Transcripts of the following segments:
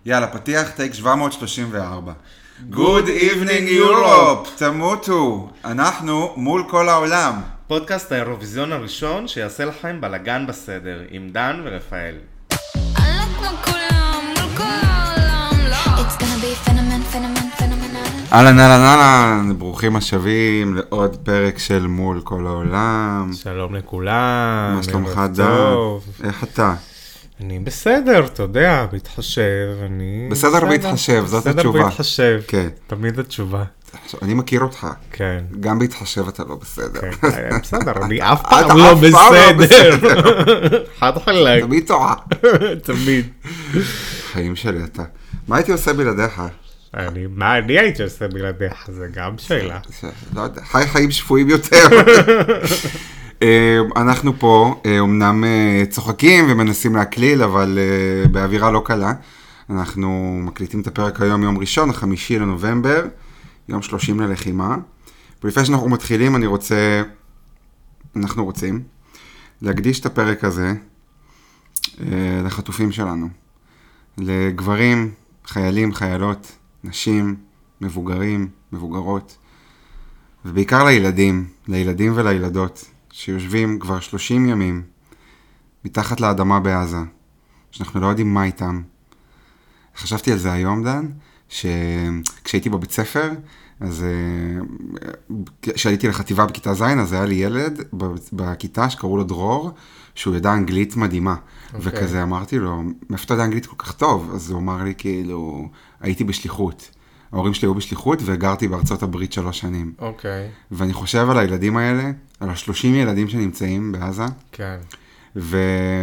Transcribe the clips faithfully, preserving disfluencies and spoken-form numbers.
יאללה, פתיח טייק שבע מאות שלושים וארבע. Good evening Europe, תמותו. אנחנו מול כל העולם. פודקאסט האירוויזיון הראשון שיעשה לכם בלגן בסדר, עם דן ורפאל. אהלן, אהלן, אהלן, ברוכים השבים לעוד פרק של מול כל העולם. שלום לכולם. מה שלומך דן? איך אתה? אני בסדר, אתה יודע, בהתחשב, אני... בסדר בהתחשב, זאת התשובה. בסדר בהתחשב, כן. תמיד התשובה. אני מכיר אותך. כן. גם בהתחשב אתה לא בסדר. כן, בסדר, אני אף פעם לא בסדר. חד חלק. תמיד טועה. תמיד. חיים שלי אתה. מה הייתי עושה בלעדיך? אני, מה אני הייתי עושה בלעדיך? זה גם שאלה. לא יודע, חי חיים שפויים יותר. אנחנו פה אומנם צוחקים ומנסים להקליל, אבל באווירה לא קלה. אנחנו מקליטים את הפרק היום יום ראשון, החמישי לנובמבר, יום שלושים ללחימה. ולפני שאנחנו מתחילים, אני רוצה, אנחנו רוצים, להקדיש את הפרק הזה לחטופים שלנו. לגברים, חיילים, חיילות, נשים, מבוגרים, מבוגרות, ובעיקר לילדים, לילדים ולילדות, שיושבים כבר שלושים ימים מתחת לאדמה בעזה, שאנחנו לא יודעים מה איתם. חשבתי על זה היום, דן, שכשהייתי בבית ספר, אז כשעליתי לחטיבה בכיתה זין, אז היה לי ילד בכיתה שקראו לו דרור, שהוא ידע אנגלית מדהימה. Okay. וכזה אמרתי לו, מאיפה אתה יודע אנגלית כל כך טוב? אז הוא אמר לי, כאילו, הייתי בשליחות. ההורים שלי היו בשליחות, וגרתי בארצות הברית שלוש שנים. אוקיי. Okay. ואני חושב על הילדים האלה, על השלושים ילדים שנמצאים בעזה. כן. ו...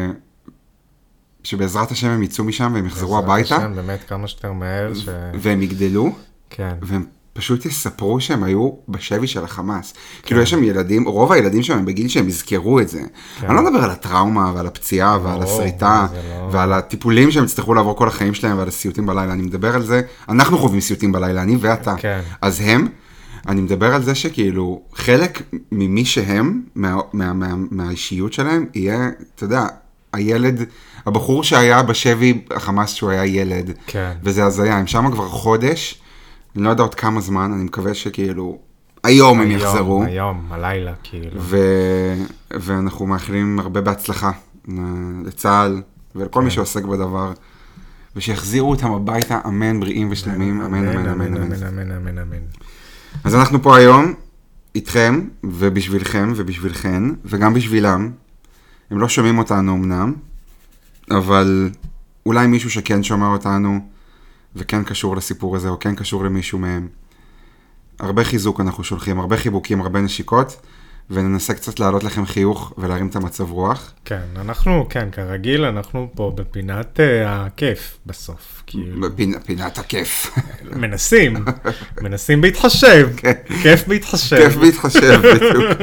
שבעזרת השם הם יצאו משם, והם יחזרו הביתה. בעזרת השם, באמת, כמה שיותר מהר. ש... והם יגדלו. כן. והם פשוט יספרו שהם היו בשבי של החמאס. כן. כאילו יש שם ילדים, רוב הילדים שם הם בגיל שהם יזכרו את זה. כן. אני לא מדבר על הטראומה ועל הפציעה ועל הסריטה, לא... ועל הטיפולים שהם יצטרכו לעבור כל החיים שלהם ועל הסיוטים בלילה. אני מדבר על זה, אנחנו חווים סיוטים בלילה, אני ואתה. כן. אז הם, אני מדבר על זה שכאילו חלק ממי שהם, מה, מה, מה, מהאישיות שלהם, יהיה, אתה יודע, הילד, הבחור שהיה בשבי החמאס שהוא היה ילד. כן. וזה הזיה, הם שם כבר חודש, אני לא יודע עוד כמה זמן, אני מקווה שכאילו, היום הם יחזרו. היום, הלילה, כאילו. ו... ואנחנו מאחלים הרבה בהצלחה לצה"ל ולכל מי שעוסק בדבר, ושיחזירו אותם הביתה, אמן, בריאים ושלמים, אמן, אמן, אמן, אמן. אמן, אמן, אמן. אז אנחנו פה היום, איתכם, ובשבילכם, ובשבילכן, וגם בשבילם. הם לא שומעים אותנו אמנם, אבל אולי מישהו שכן שומע אותנו, וכן קשור לסיפור הזה, או כן קשור למישהו מהם. הרבה חיזוק אנחנו שולחים, הרבה חיבוקים, הרבה נשיקות, וננסה קצת להעלות לכם חיוך ולהרים את המצב רוח. כן, אנחנו, כן, כרגיל, אנחנו פה בפינת uh, הכיף בסוף. כאילו... בפינת פינת הכיף. מנסים, מנסים בהתחשב. כן. כיף בהתחשב. כיף בהתחשב, בדיוק.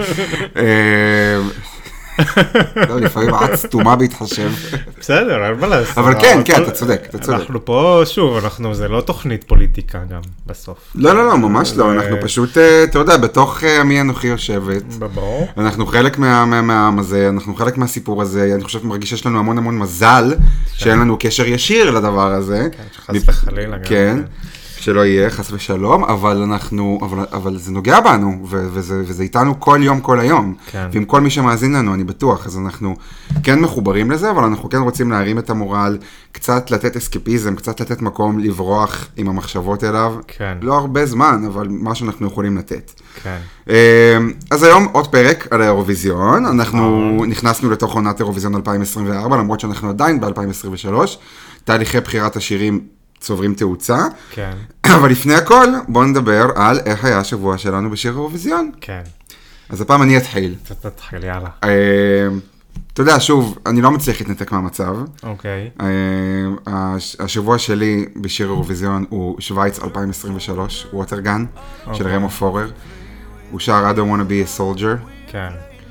לא, לפעמים את סתומה בהתחשב. בסדר, אין מה לעשות. אבל כן, כן, אתה צודק, אתה צודק. אנחנו פה, שוב, אנחנו, זה לא תוכנית פוליטיקה גם, בסוף. לא, לא, לא, ממש לא, אנחנו פשוט, אתה יודע, בתוך עמי אנוכי יושבת. ברור. אנחנו חלק מהעם הזה, אנחנו חלק מהסיפור הזה, אני חושב מרגיש שיש לנו המון המון מזל, שאין לנו קשר ישיר לדבר הזה. כן, שחס וחלילה גם. כן. שלא יהיה, חס ושלום, אבל אנחנו, אבל, אבל זה נוגע בנו, ו- וזה, וזה איתנו כל יום, כל היום. כן. ועם כל מי שמאזין לנו, אני בטוח, אז אנחנו כן מחוברים לזה, אבל אנחנו כן רוצים להרים את המורל, קצת לתת אסקפיזם, קצת לתת מקום לברוח עם המחשבות אליו. כן. לא הרבה זמן, אבל מה שאנחנו יכולים לתת. כן. אז היום עוד פרק על האירוויזיון, אנחנו נכנסנו לתוך עונת אירוויזיון אלפיים עשרים וארבע, למרות שאנחנו עדיין ב-אלפיים עשרים ושלוש, תהליכי בחירת השירים צוברים תאוצה. כן. אבל לפני הכל, בואו נדבר על איך היה השבוע שלנו בשיר אירוויזיון. כן. אז הפעם אני אתחיל. אתה תתחיל, יאללה. אתה יודע, שוב, אני לא מצליח להתנתק מהמצב. אוקיי. השבוע שלי בשיר אירוויזיון הוא שוויץ אלפיים עשרים ושלוש, ווטרגן, של רמו פורר. הוא שר I don't want to be a soldier. כן.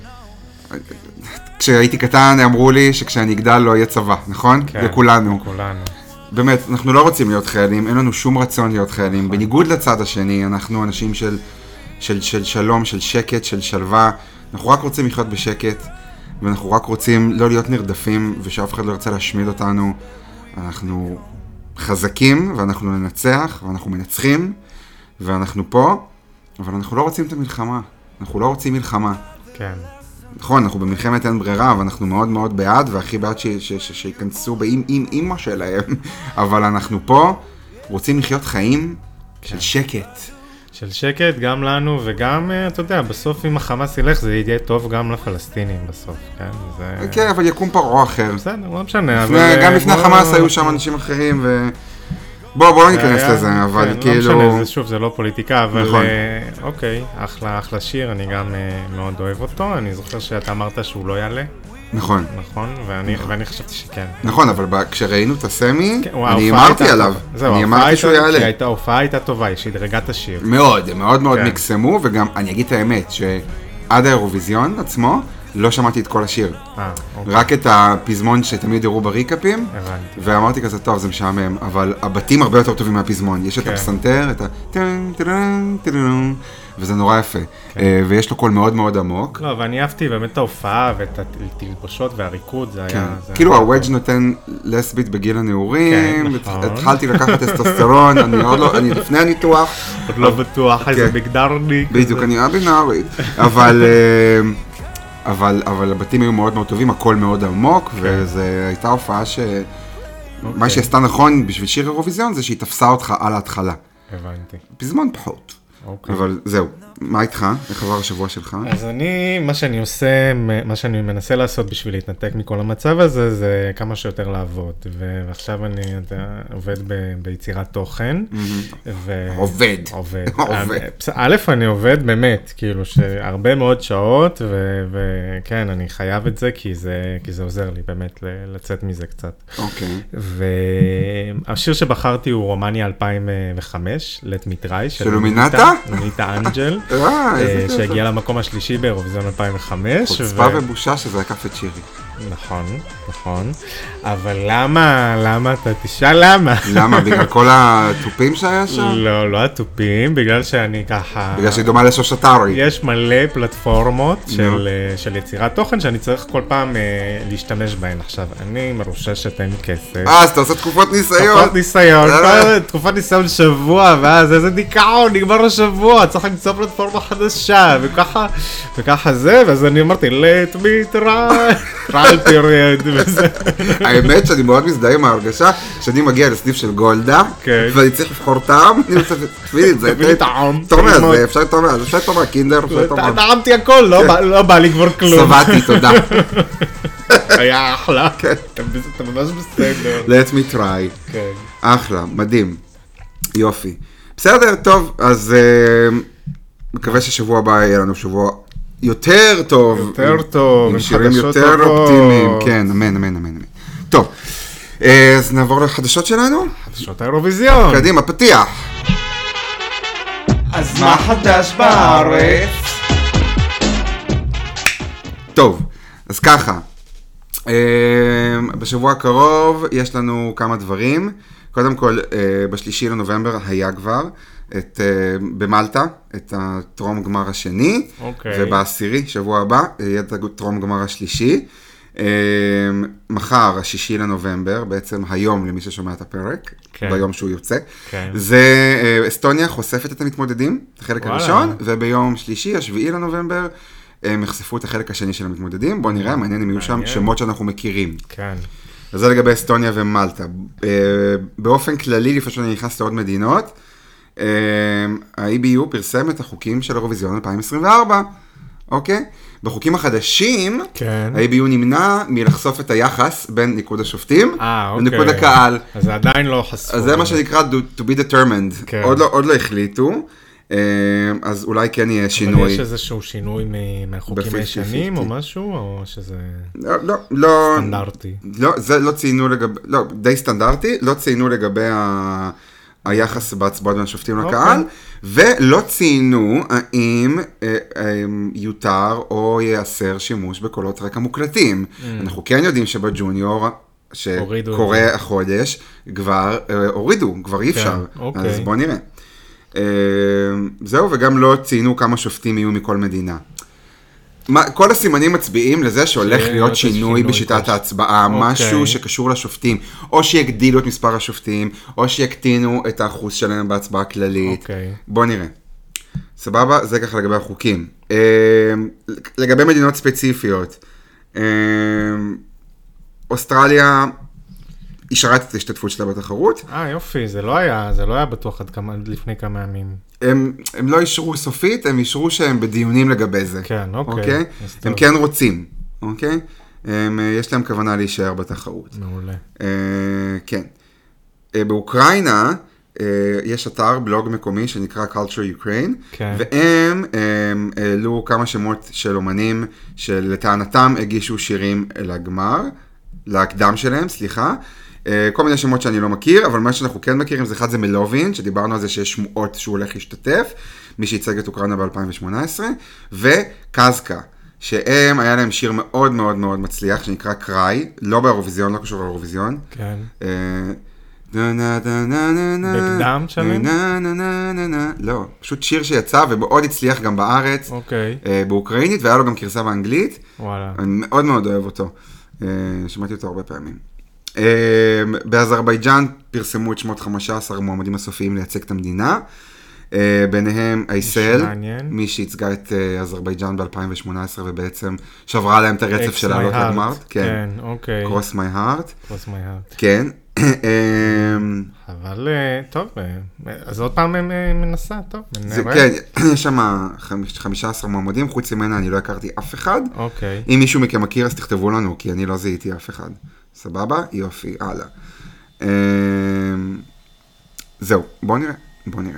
כשהייתי קטן אמרו לי שכשאני אגדל לא יהיה צבא, נכון? כן. לכולנו. לכולנו. באמת, אנחנו לא רוצים להיות חיילים, אין לנו שום רצון להיות חיילים. בניגוד לצד השני, אנחנו אנשים של, של, של שלום, של שקט, של שלווה. אנחנו רק רוצים לחיות בשקט, ואנחנו רק רוצים לא להיות נרדפים, ושאף אחד לא ירצה להשמיד אותנו. אנחנו חזקים, ואנחנו ננצח, ואנחנו מנצחים, ואנחנו פה, אבל אנחנו לא רוצים את המלחמה. אנחנו לא רוצים מלחמה. כן. נכון, אנחנו במלחמת אין ברירה, ואנחנו מאוד מאוד בעד, והכי בעד שיכנסו באמא שלהם, אבל אנחנו פה רוצים לחיות חיים של שקט. של שקט, גם לנו, וגם, אתה יודע, בסוף אם החמאס ילך, זה יהיה טוב גם לפלסטינים בסוף, כן? זה... כן, אבל יקום פרעה אחר. בסדר, לא משנה, אבל... גם לפני החמאס היו שם אנשים אחרים, ו... בוא, בוא לא ניכנס לזה, אבל כאילו... לא משנה, שוב, זה לא פוליטיקה, אבל אוקיי, אחלה, אחלה שיר, אני גם מאוד אוהב אותו, אני זוכר שאתה אמרת שהוא לא יעלה. נכון. נכון, ואני חשבתי שכן. נכון, אבל כשראינו את הסמי, אני אמרתי עליו, אני אמרתי שהוא יעלה. כי ההופעה הייתה טובה, היא שדרגה את השיר. מאוד, מאוד מאוד מקסמו, וגם אני אגיד את האמת, שעד האירוויזיון עצמו, לא שמעתי את כל השיר. רק את הפזמון שתמיד הראו בריקאפים, ואמרתי כזה, טוב, זה משעמם, אבל הבתים הרבה יותר טובים מהפזמון. יש את הפסנתר, את ה... וזה נורא יפה. ויש לו קול מאוד מאוד עמוק. לא, ואני אהבתי באמת את ההופעה ואת התלבשות והריקוד, זה היה... כאילו הוודג' נותן לסבית בגיל הנעורים, התחלתי לקחת טסטוסטרון, אני עוד לא, אני לפני הניתוח. עוד לא בטוח, איזה מגדרניק. בדיוק, אני אבינארית. אבל... אבל, אבל הבתים היו מאוד מאוד טובים, הכל מאוד עמוק, וזו הייתה הופעה ש... מה שעשתה נכון בשביל שיר אירוויזיון, זה שהיא תפסה אותך על ההתחלה. הבנתי. פזמון פחות. אבל זהו, מה איתך? איך עבר השבוע שלך? אז אני, מה שאני עושה, מה שאני מנסה לעשות בשביל להתנתק מכל המצב הזה, זה כמה שיותר לעבוד. ועכשיו אני עובד ביצירת תוכן. עובד. עובד. א', אני עובד באמת, כאילו שהרבה מאוד שעות, וכן, אני חייב את זה, כי זה עוזר לי באמת לצאת מזה קצת. אוקיי. והשיר שבחרתי הוא רומניה אלפיים וחמש, Let Me Try. של לומינטה? לומינטה אנג'ל. שהגיע למקום השלישי באירוויזיון אלפיים וחמש. חוצפה ובושה שזה עקף את שירי. נכון, נכון. אבל למה, למה, אתה תשאל למה? למה? בגלל כל הטופים שהיה שם? לא, לא הטופים, בגלל שאני ככה... בגלל שהיא דומה לשושטרי. יש מלא פלטפורמות של, של יצירת תוכן שאני צריך כל פעם להשתמש בהן. עכשיו, אני מרוששת, אין לי כסף. אה, אז אתה עושה תקופות ניסיון. תקופות ניסיון, תקופות ניסיון שבוע, ואז איזה דיכאון, נגמר השבוע, צריך למצוא פלטפורמה חדשה, וככה, וככה זה, ואז אני אמרתי, let me try, try period, וזה. האמת שאני מאוד מזדהה עם ההרגשה, שאני מגיע לסניף של גולדה, ואני צריך לבחור טעם, אני רוצה תפיל את זה, תפיל טעם. תומע, זה אפשר לתומע, אפשר לתומע קינדר, אפשר לתומע. טעמתי הכל, לא בא לי כבר כלום. סבתי, תודה. היה אחלה, אתה ממש בסדר. let me try. אחלה, מדהים. יופי. בסדר, טוב, אז מקווה ששבוע הבא יהיה לנו שבוע יותר טוב. יותר טוב, עם שירים יותר אופטימיים. כן, אמן, אמן, אמן. טוב, אז נעבור לחדשות שלנו? חדשות האירוויזיון. קדימה, פתיח. אז מה חדש בארץ? טוב, אז ככה. בשבוע הקרוב יש לנו כמה דברים. קודם כל, בשלישי לנובמבר היה כבר את, במלטה, את הטרום גמר השני, okay. ובעשירי, שבוע הבא, יהיה את הטרום גמר השלישי. מחר, השישי לנובמבר, בעצם היום למי ששומע את הפרק, okay. ביום שהוא יוצא, okay. זה אסטוניה חושפת את המתמודדים, את החלק הראשון, וביום שלישי, השביעי לנובמבר, הם יחשפו את החלק השני של המתמודדים. בואו נראה, מעניין אם יהיו שם שמות שאנחנו מכירים. כן. אז זה לגבי אסטוניה ומלטה. באופן כללי, לפני שאני נכנס לעוד מדינות, ה-אי בי יו פרסם את החוקים של אירוויזיון אלפיים עשרים וארבע, אוקיי? בחוקים החדשים, ה-אי בי יו נמנע מלחשוף את היחס בין ניקוד השופטים וניקוד הקהל. אז זה עדיין לא חשפו. אז זה מה שנקרא to be determined. עוד לא החליטו. אז אולי כן יהיה שינוי. אבל יש איזשהו שינוי מהחוקים הישנים או משהו, או שזה סטנדרטי? לא, זה לא ציינו לגבי, לא, די סטנדרטי, לא ציינו לגבי היחס בהצבעות בין השופטים לקהל, ולא ציינו האם יותר או יאסר שימוש בקולות רקע מוקלטים. אנחנו כן יודעים שבג'וניור, שקורא החודש, כבר הורידו, כבר אי אפשר. אז בוא נראה. זהו, וגם לא ציינו כמה שופטים יהיו מכל מדינה. מה, כל הסימנים מצביעים לזה שהולך שיהיה להיות להיות שינוי שינוי בשיטת כלשהו. ההצבעה, אוקיי. משהו שקשור לשופטים, או שיגדילו את מספר השופטים, או שיקטינו את האחוז שלהם בהצבעה הכללית. אוקיי. בוא נראה. סבבה? זה ככה לגבי החוקים. אה, לגבי מדינות ספציפיות, אה, אוסטרליה אישרה את ההשתתפות שלה בתחרות, אה, יופי, זה לא היה, זה לא היה בטוח עד כמה, עד לפני כמה ימים. הם, הם לא אישרו סופית, הם אישרו שהם בדיונים לגבי זה. כן, אוקיי. אוקיי? אז הם טוב. כן רוצים, אוקיי? הם, יש להם כוונה להישאר בתחרות. מעולה. אה, כן. אה, באוקראינה אה, יש אתר בלוג מקומי שנקרא Culture Ukraine, כן. והם הם, העלו כמה שמות של אומנים שלטענתם הגישו שירים לגמר, להקדם שלהם, סליחה. אה, כל מיני שמות שאני לא מכיר, אבל מה שאנחנו כן מכירים זה אחד זה מלובין, שדיברנו על זה שיש שמועות שהוא הולך להשתתף, מי שייצג את אוקראינה ב-אלפיים שמונה עשרה, וקזקה, שהם, היה להם שיר מאוד מאוד מאוד מצליח, שנקרא קריי, לא באירוויזיון, לא קשור לאירוויזיון. כן. אה, נה, נה, נה, נה, נה, נה, בקדם שרים? נה, נה, נה, נה, נה. לא, פשוט שיר שיצא ומאוד הצליח גם בארץ, אוקיי. אה, באוקראינית, והיה לו גם גרסה באנגלית. וואלה. אני מאוד מאוד אוהב אותו. אה, שמעתי אותו הרבה פעמים. אה, באזרבייג'אן פרסמו את שמות חמישה עשר המועמדים הסופיים לייצג את המדינה. אה, ביניהם אייסל, מעניין. מי שייצגה את אה, אזרבייג'אן ב-אלפיים שמונה עשרה ובעצם שברה להם את הרצף של לעלות לגמר. כן, אוקיי. Cross my heart. Cross my heart. כן. אבל אה, טוב, אה, אז עוד פעם אה, מנסה, טוב. זה, נראה. כן, יש שם חמישה עשר מועמדים, חוץ ממנה אני לא הכרתי אף אחד. אוקיי. אם מישהו מכם מכיר אז תכתבו לנו, כי אני לא זיהיתי אף אחד. סבבה? יופי, הלאה. אמ, זהו, בואו נראה, בואו נראה.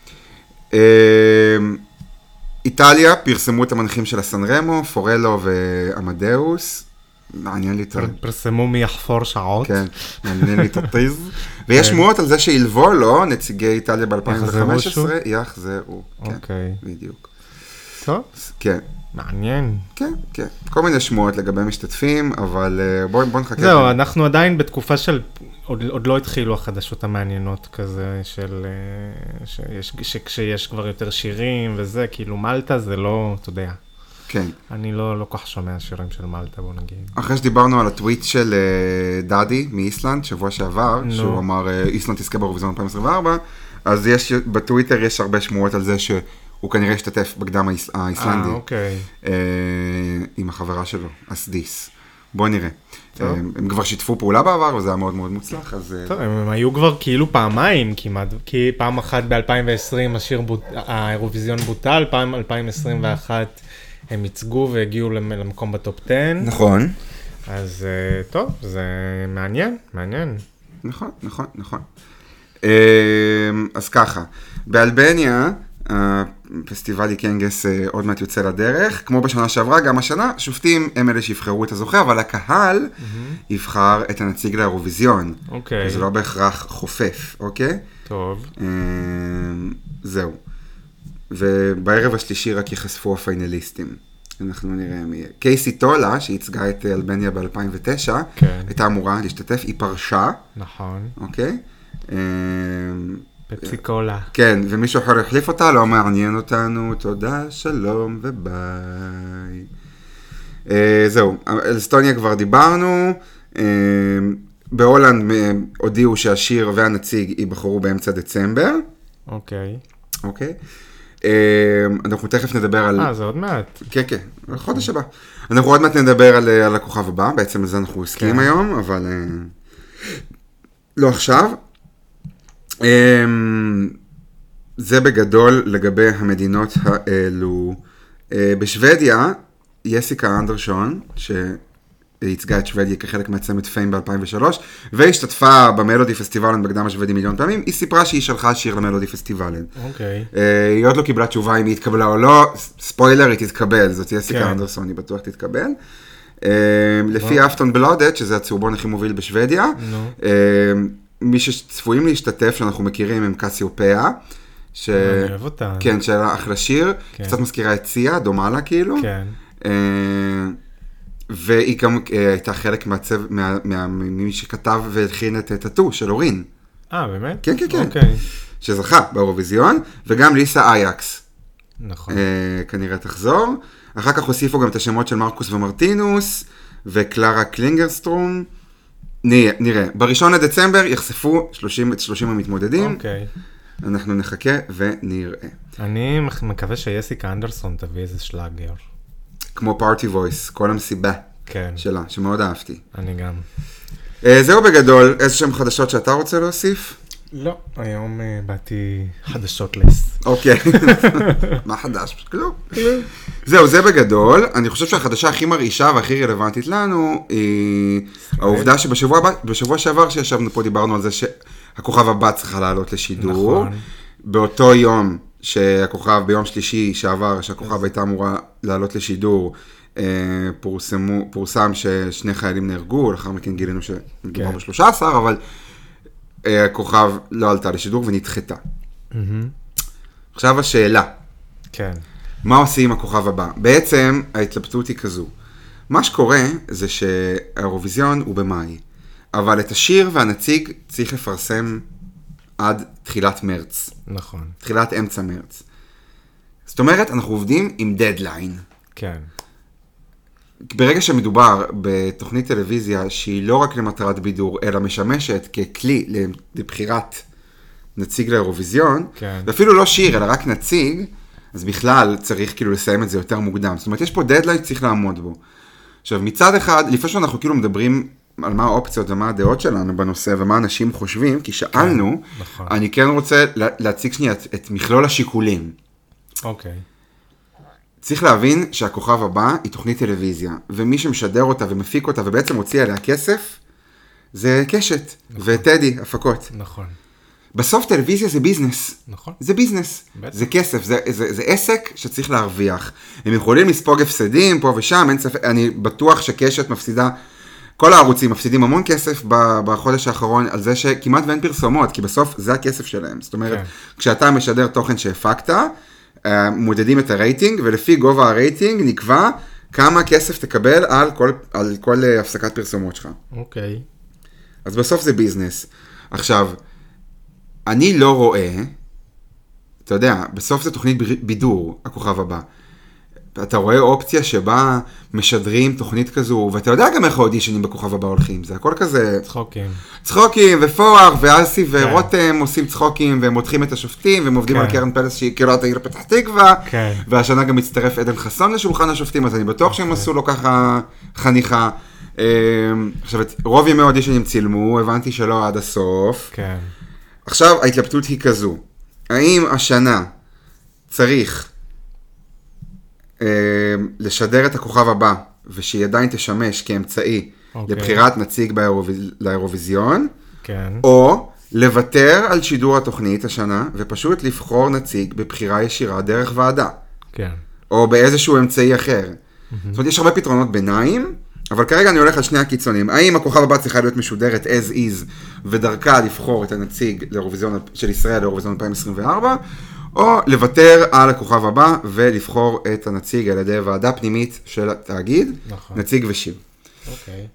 אמ, איטליה פרסמו את המנחים של הסן רמו, פורלו ועמדאוס. מעניין לי את ה... פרסמו מי יחפור שעות. כן, מעניין לי את הטיז. ויש שמועות על זה שילבו לו, נציגי איטליה ב-אלפיים וחמש עשרה, יחזרו. אוקיי. בדיוק. טוב, כן, מעניין. כן, כן. כל מיני שמועות לגבי משתתפים, אבל בואו בוא נחכה. זהו, אנחנו עדיין בתקופה של, עוד, עוד לא התחילו החדשות המעניינות כזה, של, שיש, שכשיש כבר יותר שירים וזה, כאילו מלטה זה לא, אתה יודע. כן. אני לא, לא כך שומע שירים של מלטה, בוא נגיד. אחרי שדיברנו על הטוויט של uh, דאדי מאיסלנד, שבוע שעבר, no. שהוא אמר, uh, איסלנד תזכה באירוויזיון אלפיים עשרים וארבע, אז יש, בטוויטר יש הרבה שמועות על זה שהוא כנראה השתתף בקדם האיס, האיסלנדי. אה, אוקיי. Uh, עם החברה שלו, אסדיס. בוא נראה. Uh, טוב. הם כבר שיתפו פעולה בעבר, וזה היה מאוד מאוד מוצלח, אז... טוב, הם, הם היו כבר כאילו פעמיים כמעט, כי פעם אחת ב-אלפיים ועשרים השיר בוט... האירוויזיון בוטל, פעם אלפיים עשרים ואחת הם ייצגו והגיעו למקום בטופ עשר. נכון. אז טוב, זה מעניין, מעניין. נכון, נכון, נכון. אז ככה, באלבניה, פסטיבל איקנגס עוד מעט יוצא לדרך, כמו בשנה שעברה, גם השנה, שופטים הם אלה שיבחרו את הזוכה, אבל הקהל יבחר את הנציג לאירוויזיון. אוקיי. זה לא בהכרח חופף, אוקיי? טוב. זהו. ובערב השלישי רק יחשפו הפיינליסטים. אנחנו נראה מי יהיה. קייסי טולה, שייצגה את אלבניה ב-אלפיים ותשע, כן. הייתה אמורה להשתתף, היא פרשה. נכון. אוקיי? פציקולה. כן, ומישהו אחר החליף אותה, לא מעניין אותנו, תודה, שלום וביי. זהו, על אסטוניה כבר דיברנו, בהולנד הודיעו שהשיר והנציג ייבחרו באמצע דצמבר. אוקיי. אוקיי? אנחנו תכף נדבר על... אה, זה עוד מעט. כן, כן, חודש הבא. אנחנו עוד מעט נדבר על, על הכוכב הבא, בעצם על זה אנחנו עוסקים כן. היום, אבל לא עכשיו. זה בגדול לגבי המדינות האלו. בשוודיה, יסיקה אנדרשון, שייצגה את שוודיה כחלק מהצמד פיים ב-אלפיים ושלוש, והשתתפה במלודי פסטיבלן בקדם השוודי מיליון פעמים, היא סיפרה שהיא שלחה שיר למלודי פסטיבלן. אוקיי. היא עוד לא קיבלה תשובה אם היא התקבלה או לא, ספוילר, היא תתקבל, זאת יסיקה כן. אנדרסון, היא בטוח תתקבל. לפי אפטון בלודד, שזה הצהובון הכי מוביל בשוודיה, מי שצפויים להשתתף, שאנחנו מכירים, הם קסיופיה, ש... אני אוהב אותה. כן, שלה אחלה שיר, כן. קצת מזכירה את סיה, דומה לה כאילו. כן. והיא גם הייתה חלק מהצו, מה, מה, ממי שכתב והלחין את טאטו של אורין. אה, באמת? כן, כן, כן. אוקיי. שזכה באירוויזיון, וגם ליסה אייקס. נכון. כנראה תחזור. אחר כך הוסיפו גם את השמות של מרקוס ומרטינוס, וקלרה קלינגרסטרום. נראה, בראשון לדצמבר יחשפו שלושים, את שלושים המתמודדים. אוקיי. אנחנו נחכה ונראה. אני מקווה שיסיקה אנדרסון תביא איזה שלאגר. כמו פארטי וויס, כל המסיבה כן. שלה, שמאוד אהבתי. אני גם. זהו בגדול, איזה שם חדשות שאתה רוצה להוסיף? לא, היום באתי חדשות לס. אוקיי. מה חדש? כלום. זהו, זה בגדול. אני חושב שהחדשה הכי מרעישה והכי רלוונטית לנו היא העובדה שבשבוע שעבר שישבנו פה דיברנו על זה שהכוכב הבא צריכה לעלות לשידור. נכון. באותו יום שהכוכב, ביום שלישי שעבר, שהכוכב הייתה אמורה לעלות לשידור, פורסמו, פורסם ששני חיילים נהרגו, לאחר מכן גילינו שמדובר ב-שלושה עשר, אבל הכוכב לא עלתה לשידור ונדחתה. עכשיו השאלה. כן. מה עושים עם הכוכב הבא? בעצם ההתלבטות היא כזו. מה שקורה זה שהאירוויזיון הוא במאי, אבל את השיר והנציג צריך לפרסם עד תחילת מרץ. נכון. תחילת אמצע מרץ. זאת אומרת, אנחנו עובדים עם דדליין. כן. ברגע שמדובר בתוכנית טלוויזיה שהיא לא רק למטרת בידור, אלא משמשת ככלי לבחירת נציג לאירוויזיון, כן. ואפילו לא שיר, אלא רק נציג, אז בכלל צריך כאילו לסיים את זה יותר מוקדם. זאת אומרת, יש פה דדליין שצריך לעמוד בו. עכשיו, מצד אחד, לפני שאנחנו כאילו מדברים על מה האופציות ומה הדעות שלנו בנושא, ומה אנשים חושבים, כי שאלנו, כן, נכון. אני כן רוצה להציג שנייה את, את מכלול השיקולים. אוקיי. צריך להבין שהכוכב הבא היא תוכנית טלוויזיה, ומי שמשדר אותה ומפיק אותה ובעצם הוציא עליה כסף, זה קשת, נכון. וטדי, הפקות. נכון. בסוף טלוויזיה זה ביזנס. נכון. זה ביזנס. בטח. זה כסף, זה, זה, זה עסק שצריך להרוויח. הם יכולים לספוג הפסדים פה ושם, אין ספק, אני בטוח שקשת מפסידה, כל הערוצים מפסידים המון כסף בחודש האחרון על זה שכמעט ואין פרסומות, כי בסוף זה הכסף שלהם. זאת אומרת, כן. כשאתה משדר תוכן שהפקת, מודדים את הרייטינג, ולפי גובה הרייטינג נקבע כמה כסף תקבל על כל, על כל הפסקת פרסומות שלך. אוקיי. אז בסוף זה ביזנס. עכשיו, אני לא רואה, אתה יודע, בסוף זה תוכנית בידור, הכוכב הבא. אתה רואה אופציה שבה משדרים תוכנית כזו, ואתה יודע גם איך האודישנים בכוכב הבא הולכים, זה הכל כזה... צחוקים. צחוקים, ופואר, ואסי ורותם עושים צחוקים, והם מותחים את השופטים, והם עובדים על קרן פלס שהיא קירת העיר פתח תקווה, והשנה גם מצטרף עדן חסון לשולחן השופטים, אז אני בטוח שהם עשו לו ככה חניכה. עכשיו, רוב ימי האודישנים צילמו, הבנתי שלא עד הסוף. כן. עכשיו, ההתלבטות היא כזו. האם השנה צריך לשדר את הכוכב הבא, ושהיא עדיין תשמש כאמצעי okay. לבחירת נציג באירוויז... לאירוויזיון, כן. או לוותר על שידור התוכנית השנה, ופשוט לבחור נציג בבחירה ישירה דרך ועדה. כן. או באיזשהו אמצעי אחר. Mm-hmm. זאת אומרת, יש הרבה פתרונות ביניים, אבל כרגע אני הולך על שני הקיצונים. האם הכוכב הבא צריכה להיות משודרת as is, ודרכה לבחור את הנציג לאירוויזיון של ישראל לאירוויזיון אלפיים עשרים וארבע, או לוותר על הכוכב הבא ולבחור את הנציג על ידי ועדה פנימית של התאגיד, נכון. נציג ושיר. אוקיי.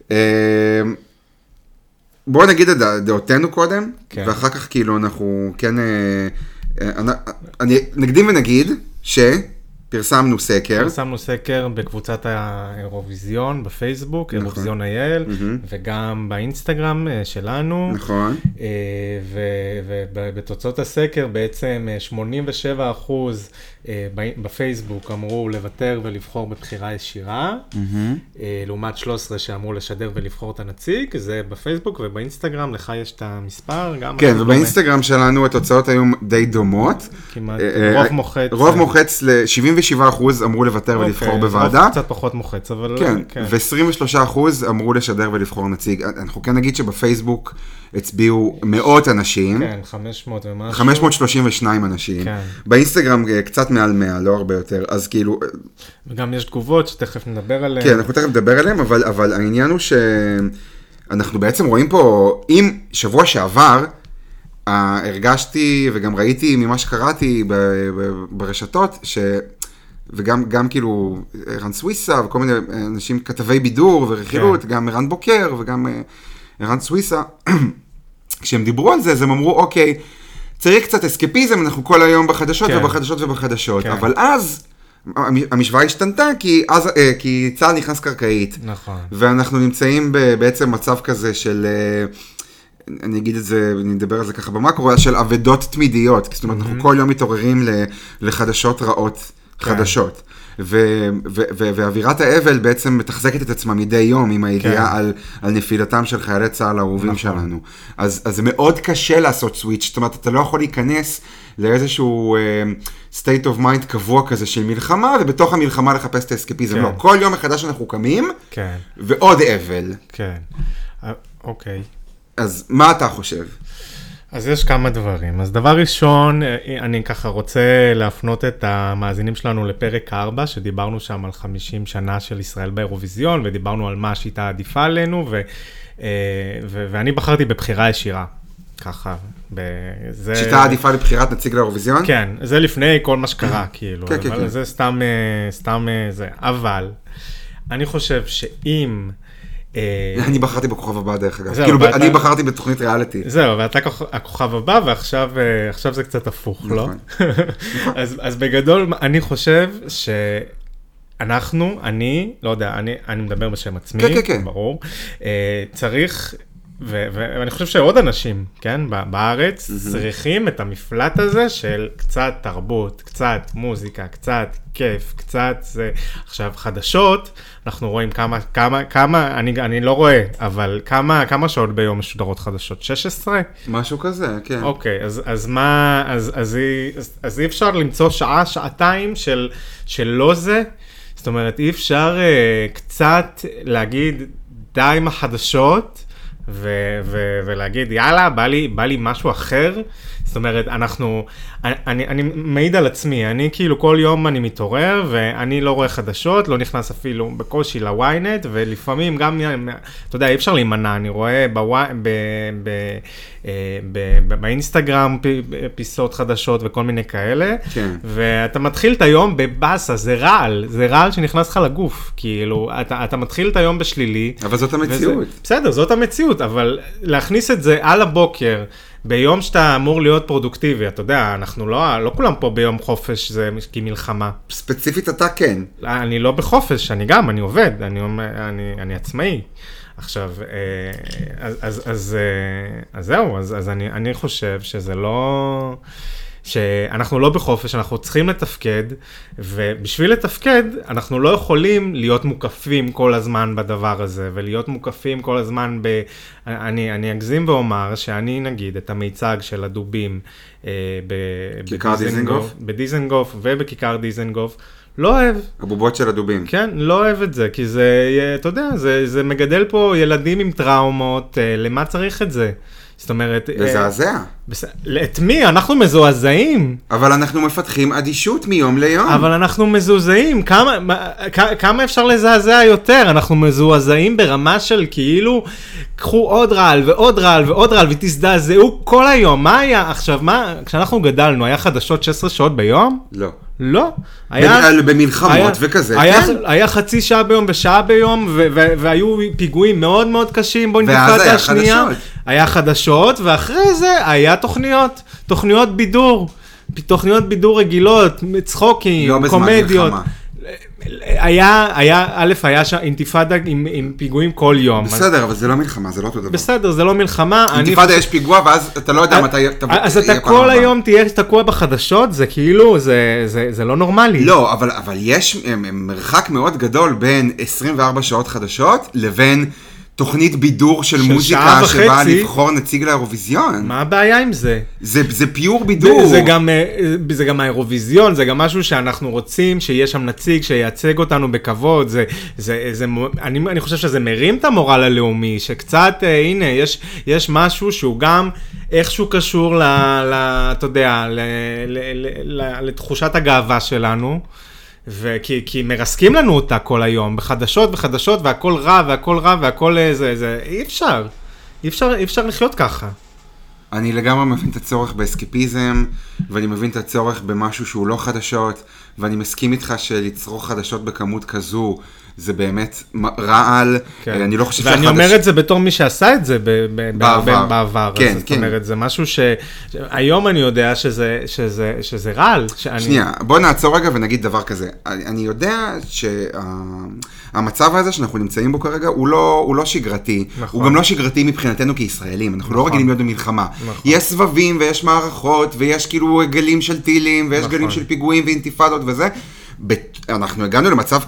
בואו נגיד את דעותינו קודם, כן. ואחר כך כאילו אנחנו כן, אני נקדים ונגיד שפרסמנו סקר. פרסמנו סקר בקבוצת האירוויזיון בפייסבוק, נכון. אירוויזיון אייל, mm-hmm. וגם באינסטגרם שלנו. נכון. ובתוצאות הסקר בעצם שמונים ושבעה אחוז בפייסבוק אמרו לוותר ולבחור בבחירה ישירה, mm-hmm. לעומת שלושה עשר שאמרו לשדר ולבחור את הנציג, זה בפייסבוק ובאינסטגרם, לך יש את המספר. גם כן, ובאינסטגרם שלנו התוצאות היו די דומות. כמעט, רוב מוחץ. רוב מוחץ ל-שבעים ושבעה אחוז אמרו לוותר okay, ולבחור בוועדה. רוב קצת פחות מוחץ, אבל... כן, כן. ו-עשרים ושלושה אחוז אמרו לשדר ולבחור נציג. אנחנו כן נגיד שבפייסבוק הצביעו מאות אנשים. כן, חמש מאות ומשהו. חמש מאות שלושים ושניים אנשים. כן. באינסטגרם קצת מעל מאה, לא הרבה יותר, אז כאילו... וגם יש תגובות שתכף נדבר עליהן. כן, אנחנו תכף נדבר עליהן, אבל, אבל העניין הוא שאנחנו בעצם רואים פה, אם שבוע שעבר, הרגשתי וגם ראיתי ממה שקראתי ברשתות, ש... וגם גם כאילו ערן סוויסה וכל מיני אנשים כתבי בידור ורכילות, כן. גם ערן בוקר וגם ערן סוויסה, כשהם דיברו על זה, אז הם אמרו, אוקיי, צריך קצת אסקפיזם, אנחנו כל היום בחדשות כן. ובחדשות ובחדשות, כן. אבל אז המשוואה השתנתה, כי, אז, כי צה"ל נכנס קרקעית. נכון. ואנחנו נמצאים בעצם מצב כזה של, אני אגיד את זה, אני אדבר על זה ככה במקרו, של עבדות תמידיות. זאת אומרת, אנחנו כל יום מתעוררים לחדשות רעות חדשות. ואווירת האבל בעצם מתחזקת את עצמה מדי יום עם הידיעה על, על נפילתם של חיילי צה"ל האהובים שלנו. אז, אז זה מאוד קשה לעשות סוויץ', זאת אומרת, אתה לא יכול להיכנס לאיזשהו uh, state of mind קבוע כזה של מלחמה, ובתוך המלחמה לחפש את האסקפיזם. כן. לא, כל יום מחדש אנחנו קמים, כן. ועוד אבל. כן, אוקיי. אז מה אתה חושב? אז יש כמה דברים. אז דבר ראשון, אני ככה רוצה להפנות את המאזינים שלנו לפרק ארבע, שדיברנו שם על חמישים שנה של ישראל באירוויזיון, ודיברנו על מה השיטה עדיפה עלינו, ו, ו, ואני בחרתי בבחירה ישירה. ככה. בזה... שיטה עדיפה לבחירת נציג לאירוויזיון? כן, זה לפני כל מה שקרה, כאילו. כן, אבל כן, זה כן. סתם, סתם זה. אבל, אני חושב שאם... אני בחרתי בכוכב הבא דרך אגב, כאילו אני בחרתי בתוכנית ריאליטי. זהו, ואתה הכוכב הבא ועכשיו זה קצת הפוך, לא? אז בגדול אני חושב שאנחנו, אני, לא יודע, אני מדבר בשם עצמי, ברור, צריך, ואני חושב שעוד אנשים, כן, בארץ, צריכים את המפלט הזה של קצת תרבות, קצת מוזיקה, קצת כיף, קצת זה, עכשיו חדשות, אנחנו רואים כמה, כמה, כמה, אני, אני לא רואה, אבל כמה, כמה שעות ביום משודרות חדשות? שש עשרה? משהו כזה, כן. אוקיי, אז, אז מה, אז, אז, אז, אז אי אפשר למצוא שעה, שעתיים של, של לא זה, זאת אומרת, אי אפשר uh, קצת להגיד די עם החדשות, ו- ו- ולהגיד, יאללה, בא לי, בא לי משהו אחר. זאת אומרת, אנחנו, אני, אני מעיד על עצמי, אני כאילו כל יום אני מתעורר, ואני לא רואה חדשות, לא נכנס אפילו בקושי לוויינט, ולפעמים גם, אתה יודע, אי אפשר להימנע, אני רואה בווי, ב, ב, ב, ב, באינסטגרם פיסות חדשות וכל מיני כאלה, כן. ואתה מתחיל את היום בבאסה, זה רעל, זה רעל שנכנס לך לגוף, כאילו, אתה, אתה מתחיל את היום בשלילי. אבל זאת המציאות. וזה, בסדר, זאת המציאות, אבל להכניס את זה על הבוקר, ביום שאתה אמור להיות פרודוקטיבי, אתה יודע, אנחנו לא, לא כולם פה ביום חופש, זה כמלחמה. ספציפית אתה כן. אני לא בחופש, אני גם, אני עובד, אני, אני, אני עצמאי. עכשיו, אז, אז, אז, אז זהו, אז, אז אני, אני חושב שזה לא... שאנחנו לא בחופש, אנחנו צריכים לתפקד, ובשביל לתפקד, אנחנו לא יכולים להיות מוקפים כל הזמן בדבר הזה, ולהיות מוקפים כל הזמן ב... אני, אני אגזים ואומר שאני נגיד את המיצג של הדובים אה, בדיזנגוף, בדיזנגוף ובכיכר דיזנגוף, לא אוהב. הבובות של הדובים. כן, לא אוהב את זה, כי זה, אתה יודע, זה, זה מגדל פה ילדים עם טראומות, למה צריך את זה? זאת אומרת... לזעזע. את מי? אנחנו מזועזעים. אבל אנחנו מפתחים אדישות מיום ליום. אבל אנחנו מזועזעים. כמה, כמה אפשר לזעזע יותר? אנחנו מזועזעים ברמה של כאילו, קחו עוד רעל ועוד רעל ועוד רעל ותזדעזעו כל היום. מה היה? עכשיו, מה? כשאנחנו גדלנו, היה חדשות שש עשרה שעות ביום? לא. לא. היה, במלחמות היה, וכזה, היה, כן? היה חצי שעה ביום ושעה ביום, ו- ו- והיו פיגועים מאוד מאוד קשים, בואי נדבר את השנייה. חדשות. היה חדשות, ואחרי זה היה תוכניות, תוכניות בידור, תוכניות בידור רגילות, צחוקים, לא קומדיות. היה, היה, א', היה אינתיפאדה עם, עם פיגועים כל יום. בסדר, אז... אבל זה לא מלחמה, זה לא אותו דבר. בסדר, זה לא מלחמה. אינתיפאדה יש פיגוע, ואז אתה לא יודע מתי... אז אתה כל היום תהיה תקוע בחדשות, זה כאילו, זה, זה, זה לא נורמלי. לא, אבל, אבל יש מרחק מאוד גדול בין עשרים וארבע שעות חדשות, לבין... תוכנית בידור של, של מוזיקה שבאה לבחור נציג לאירוויזיון. מה הבעיה עם זה? זה, זה פיור בידור. זה, זה, גם, זה גם האירוויזיון, זה גם משהו שאנחנו רוצים, שיש שם נציג שייצג אותנו בכבוד. זה, זה, זה, אני, אני חושב שזה מרים את המורל הלאומי, שקצת, הנה, יש, יש משהו שהוא גם איכשהו קשור ל, ל, אתה יודע, ל, ל, ל, ל, לתחושת הגאווה שלנו. וכי, כי מרסקים לנו אותה כל היום, בחדשות וחדשות, והכל רע, והכל רע, והכל זה, זה, אי אפשר. אי אפשר, אי אפשר לחיות ככה. אני לגמרי מבין את הצורך באסקפיזם, ואני מבין את הצורך במשהו שהוא לא חדשות, ואני מסכים איתך שלצרוך חדשות בכמות כזו, זה באמת רעל, כן. אני לא חושב ואני אומר את זה בתור מי שעשה את זה בעבר. בעבר. כן, זאת כן. אומרת, זה משהו שהיום אני יודע שזה, שזה, שזה רעל. שאני... שנייה, בוא נעצור רגע ונגיד דבר כזה. אני, אני יודע שהמצב הזה שאנחנו נמצאים בו כרגע הוא לא, הוא לא שגרתי. נכון. הוא גם לא שגרתי מבחינתנו כישראלים. אנחנו נכון. לא רגילים להיות במלחמה. נכון. יש סבבים ויש מערכות ויש כאילו גלים של טילים ויש נכון. גלים של פיגועים ואינתיפאדות וזה. אנחנו הגענו למצב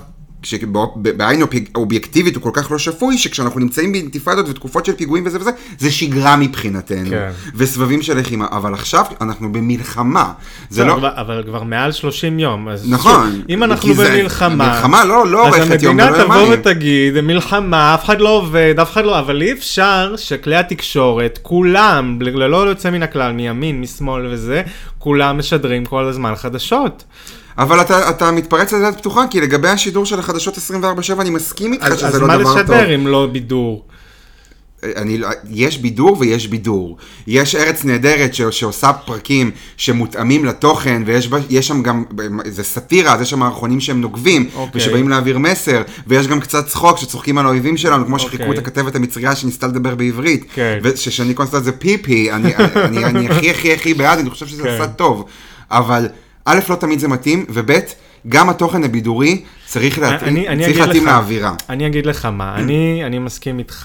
שבעין אובייקטיבית הוא כל כך לא שפוי, שכשאנחנו נמצאים באינתיפאדות ותקופות של פיגועים וזה וזה, זה שגרה מבחינתנו. כן. וסבבים של לחימה. אבל עכשיו אנחנו במלחמה. זה לא... אבל כבר מעל שלושים יום. נכון. שוב, אם אנחנו במלחמה... מלחמה לא, לא עורכת יום ולא יומיים. אז המדינה תבוא ותגיד, מלחמה, אף אחד לא עובד, אף אחד לא... אבל אי אפשר שכלי התקשורת, כולם, ללא יוצא מן הכלל, מימין, משמאל וזה, כולם משדרים כל הזמן חדשות. אבל אתה, אתה מתפרץ לדעת פתוחה, כי לגבי השידור של החדשות עשרים וארבע שבע, אני מסכים איתך שזה לא דבר טוב. אז מה לשדר אם לא בידור? אני, יש בידור ויש בידור. יש ארץ נהדרת ש, שעושה פרקים שמותאמים לתוכן, ויש יש שם גם, זה סטירה, אז יש שם מערכונים שהם נוגבים, okay. ושבאים להעביר מסר, ויש גם קצת צחוק שצוחקים על האויבים שלנו, כמו שחיכו okay. את הכתבת המצריה שניסתה לדבר בעברית, okay. וששני קונסטנט זה פי-פי, אני, אני, אני הכי הכי הכי בעד, אני חושב שזה okay. עשה טוב, אבל א', לא תמיד זה מתאים, וב', גם התוכן הבידורי צריך להתאים לאווירה. אני אגיד לך מה, אני, אני מסכים איתך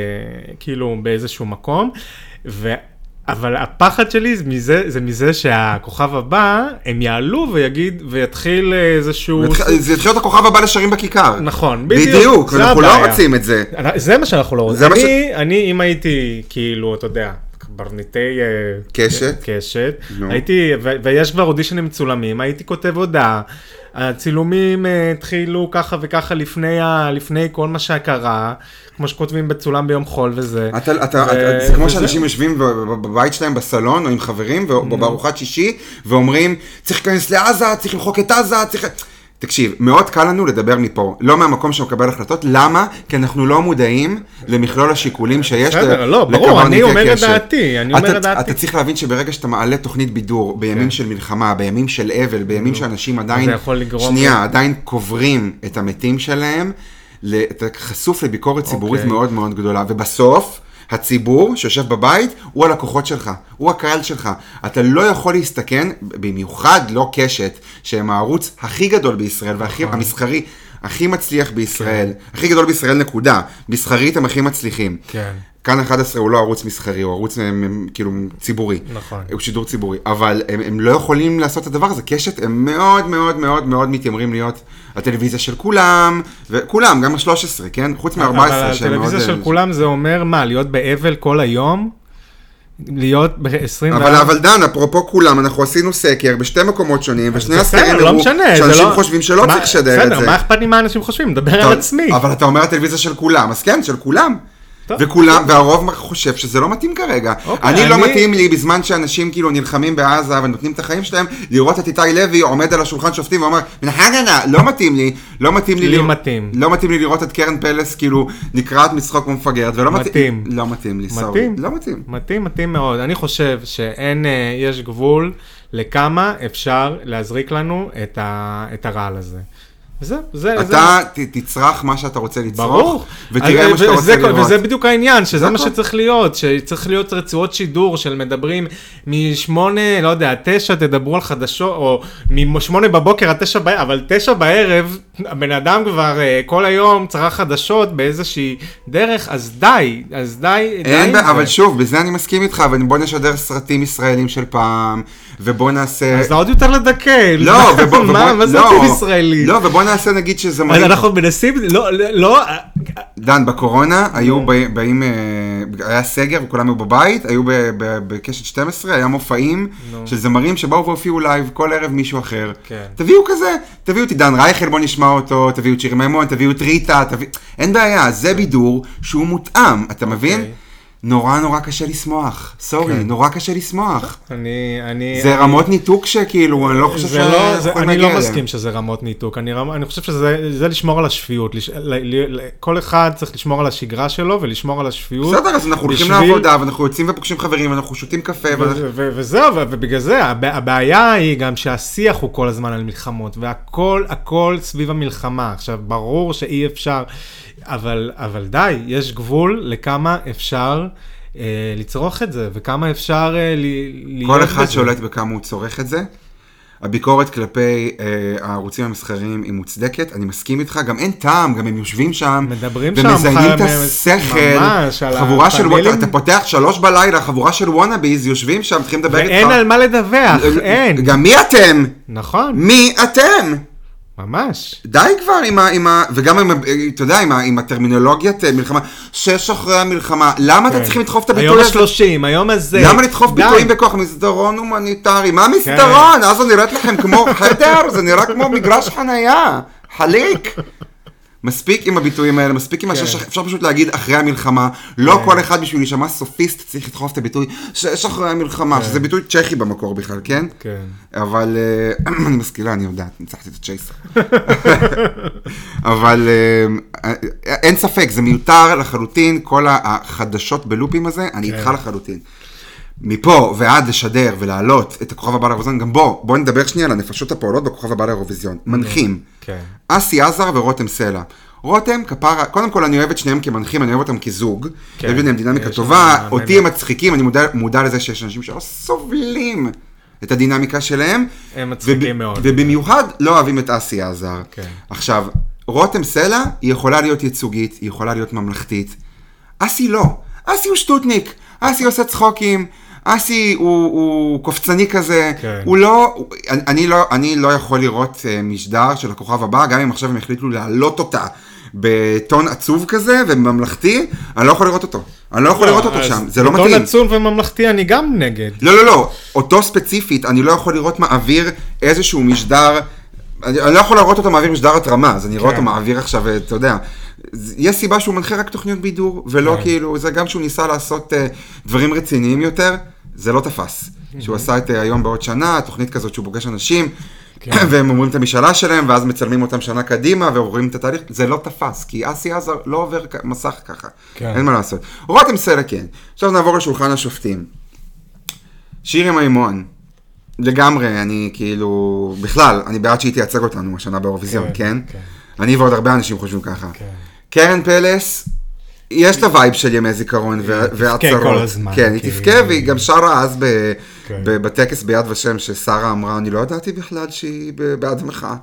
כאילו באיזשהו מקום, ו... אבל הפחד שלי זה מזה, זה מזה שהכוכב הבא, הם יעלו ויגיד, ויתחיל איזשהו... זה יתחיל את הכוכב הבא לשרים בכיכר. נכון, בדיוק. בדיוק, אנחנו לא רוצים את זה. זה מה שאנחנו לא רוצים. אני, ש... אני, אם הייתי, כאילו, אתה יודע, ברניטי קשת, קשת, הייתי, ויש כבר אודישנים מצולמים, הייתי כותב הודעה, הצילומים התחילו ככה וככה לפני, לפני כל מה שקרה, כמו שכותבים בצולם ביום חול וזה. אתה, אתה, זה כמו שאנשים יושבים בבית שלהם בסלון או עם חברים, בארוחת שישי, ואומרים, צריך להיכנס לעזה, צריך למחוק את עזה, צריך... תקשיב, מאוד קל לנו לדבר מפה, לא מהמקום שמקבל החלטות, למה? כי אנחנו לא מודעים למכלול השיקולים שיש לקברניטי קשת. בסדר, לא, ברור, אני אומר את דעתי, אני אומר את דעתי. אתה צריך להבין שברגע שאתה מעלה תוכנית בידור, בימים של מלחמה, בימים של אבל, בימים שאנשים עדיין, שנייה, עדיין קוברים את המתים שלהם, אתה חשוף לביקורת ציבורית מאוד מאוד גדולה, ובסוף, הציבור שיושב בבית הוא הלקוחות שלך, הוא הקהל שלך. אתה לא יכול להסתכן, במיוחד לא קשת, שהם הערוץ הכי גדול בישראל, והמסחרי הכי מצליח בישראל, הכי גדול בישראל נקודה, מסחרית הם הכי מצליחים. כן. כאן אחת עשרה הוא לא ערוץ מסחרי, הוא ערוץ כאילו ציבורי. נכון. הוא שידור ציבורי, אבל הם, הם לא יכולים לעשות את הדבר הזה. קשת הם מאוד מאוד מאוד מאוד מתיימרים להיות הטלוויזיה של כולם, וכולם, גם ה-שלוש עשרה, כן? חוץ מ-ארבע עשרה. אבל הטלוויזיה של כולם זה אומר מה? להיות באבל כל היום? להיות ב-עשרים... אבל, אבל דן, אפרופו כולם, אנחנו עשינו סקר בשתי מקומות שונים, ושני הסקרים הראו שאנשים חושבים שלא צריך לשדר את זה. בסדר, מה אכפת לי מה אנשים חושבים? מדבר על עצמי. אבל אתה אומר הטלוויזיה של כולם, אז כן, של כולם. וכולם, והרוב חושב שזה לא מתאים כרגע. אני לא מתאים לי בזמן שאנשים כאילו נלחמים בעזה ונותנים את החיים שלהם, לראות את איתי לוי עומד על השולחן שופטים ואומר, מנחגנה, לא מתאים לי, לא מתאים לי, לי מתאים. לא מתאים לי לראות את קרן פלס כאילו נקראת משחק ומפגרת, ולא מתאים. לא מתאים לי, סורי. לא מתאים. מתאים, מתאים מאוד. אני חושב שאין, יש גבול לכמה אפשר להזריק לנו את הרעל הזה. זה, זה, אתה זה... תצרח מה שאתה רוצה לצרוך, ותראה מה שאתה רוצה וזה, לראות. וזה בדיוק העניין, שזה מה שצריך להיות, שצריך להיות רצועות שידור של מדברים משמונה, לא יודע, תשע תדברו על חדשות, או משמונה בבוקר עד תשע בערב, אבל תשע בערב, הבן אדם כבר כל היום צריך חדשות באיזושהי דרך, אז די, אז די. אין, די אבל זה. שוב, בזה אני מסכים איתך, ובוא נשדר סרטים ישראלים של פעם, ובוא נעשה... אז עוד יותר לדקה. לא, ובוא... מה, מה זה סרטים ישראלי? לא, ובוא נעשה נגיד שזה מראים... אנחנו מנסים, לא, לא... דן, בקורונה היו באים, היה סגר וכולם היו בבית, היו בקשת שתים עשרה, היה מופעים של זמרים שבאו והופיעו לייב כל ערב מישהו אחר. תביאו כזה, תביאו את דן רייכל, בוא נשמע אותו, תביאו את שיר מימון, תביאו את ריטה, אין בעיה, זה בידור שהוא מותאם, אתה מבין? נורא נורא קשה לשמוח. סורי, נורא קשה לשמוח. אני, אני... זה רמות ניתוק שכאילו, אני לא חושב ש... אני לא מסכים שזה רמות ניתוק. אני חושב שזה לשמור על השפיות. כל אחד צריך לשמור על השגרה שלו ולשמור על השפיות. בסדר, אז אנחנו הולכים לעבודה, ואנחנו יוצאים ופוגשים חברים, ואנחנו שותים קפה. וזהו, ובגלל זה, הבעיה היא גם שהשיח הוא כל הזמן על מלחמות, והכל, הכל סביב המלחמה. עכשיו, ברור שאי אפשר... אבל, אבל די, יש גבול לכמה אפשר אה, לצרוך את זה, וכמה אפשר אה, להיות כל אחד שולט בכמה הוא צורך את זה. הביקורת כלפי אה, הערוצים המסחריים היא מוצדקת, אני מסכים איתך, גם אין טעם, גם הם יושבים שם, ומזיינים את השכל, חבורה של וואטה, אתה פותח שלוש בלילה, חבורה של וואנאביז, יושבים שם, צריכים לדבר איתך. ואין על מה לדווח, אין. גם מי אתם? נכון. מי אתם? ממש. די כבר עם ה... עם ה וגם, עם, אתה יודע, עם, ה, עם הטרמינולוגיית מלחמה, שש אחרי המלחמה, למה כן. אתם צריכים לדחוף את הביטוי הזה? היום ה-שלושים, היום הזה. למה לדחוף די. ביטויים בכוח? מסדרון הומניטרי, מה מסדרון? כן. אז זה נראית לכם כמו חדר, זה נראה כמו מגרש חנייה, חליק. מספיק עם הביטויים האלה, מספיק עם השש, אפשר פשוט להגיד אחרי המלחמה, לא כל אחד בשביל להישמע סופיסט צריך לדחוף את הביטוי שש אחרי המלחמה, שזה ביטוי צ'כי במקור בכלל, כן? כן. אבל, אני משכילה, אני יודעת, ניצחתי את הצ'ייסר. אבל אין ספק, זה מיותר לחלוטין, כל החדשות בלופים הזה, אני איתך לחלוטין. מפה ועד לשדר ולהעלות את הכוכב הבא לאירוויזיון, גם בוא, בוא נדבר שנייה על הנפשות הפועלות בכוכב הבא לאירוויזיון. מנחים, אסי עזר ורותם סלע. רותם, כפרה, קודם כל אני אוהב את שניהם כמנחים, אני אוהב אותם כזוג, יש ביניהם דינמיקה טובה, אותי הם מצחיקים, אני מודע לזה שיש אנשים שלא סובלים את הדינמיקה שלהם, הם מצחיקים מאוד. ובמיוחד לא אוהבים את אסי עזר. עכשיו, רותם סלע היא יכולה להיות ייצוגית, היא יכולה להיות ממלכתית, אסי לא, אסי הוא שטוטניק, אסי עושה צחוקים, אסי הוא, הוא קופצני כזה, כן. הוא לא, הוא, אני, לא, אני לא יכול לראות uh, משדר של הכוכב הבא, גם אם עכשיו הם החליטו להעלות אותה בטון עצוב כזה וממלכתי, אני לא יכול לראות אותו. אני לא יכול לא, לראות אותו שם, זה לא מתאים. בטון עצוב וממלכתי אני גם נגד. לא, לא, לא, אותו ספציפית, אני לא יכול לראות מעביר איזשהו משדר, אני, אני לא יכול לראות אותו מעביר משדר התרמה, אז אני רואה כן. אותו מעביר עכשיו, אתה יודע, יש סיבה שהוא מנחה רק תוכניות בידור, ולא כן. כאילו, זה גם שהוא ניסה לעשות uh, דברים רציניים יותר, זה לא תפס. Mm-hmm. שהוא עשה את uh, היום בעוד שנה, תוכנית כזאת שהוא פוגש אנשים, כן. והם אומרים את המשאלה שלהם, ואז מצלמים אותם שנה קדימה, ורואים את התהליך, זה לא תפס, כי אסי עזר לא עובר מסך ככה, כן. אין מה לעשות. רותם סלע כן. עכשיו נעבור לשולחן השופטים. שירי מימון, לגמרי, אני כאילו, בכלל, אני בעד שהיא תייצג אותנו השנה באירוויזיון, כן? כן? כן. אני ועוד הרבה אנשים חושבים ככה. כן. קרן פלס, יש לה וייב של ימי זיכרון והצהרות. תפקה כל הזמן. כן, היא תפקה, והיא גם שרה אז בטקס ביד ושם, ששרה אמרה, אני לא ידעתי בכלל שהיא בעד המחאה.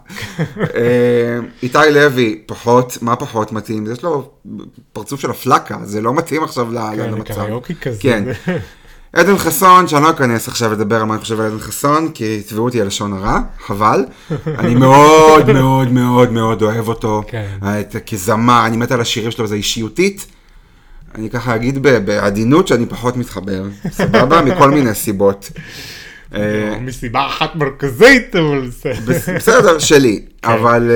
איתי לוי, פחות, מה פחות מתאים? יש לו פרצוף של הפלקה, זה לא מתאים עכשיו למצב. כן, קריוקי כזה. כן. עדן חסון, שאני לא אכנס עכשיו לדבר על מה אני חושב על עדן חסון, כי תביאו אותי על לשון הרע, חבל. אני מאוד מאוד מאוד מאוד אוהב אותו, כזמר, אני מת על השירים שלו, זה אישיותית. אני ככה אגיד בעדינות שאני פחות מתחבר, סבבה, מכל מיני סיבות. מסיבה אחת מרכזית, אבל בסדר. בסדר, שלי, אבל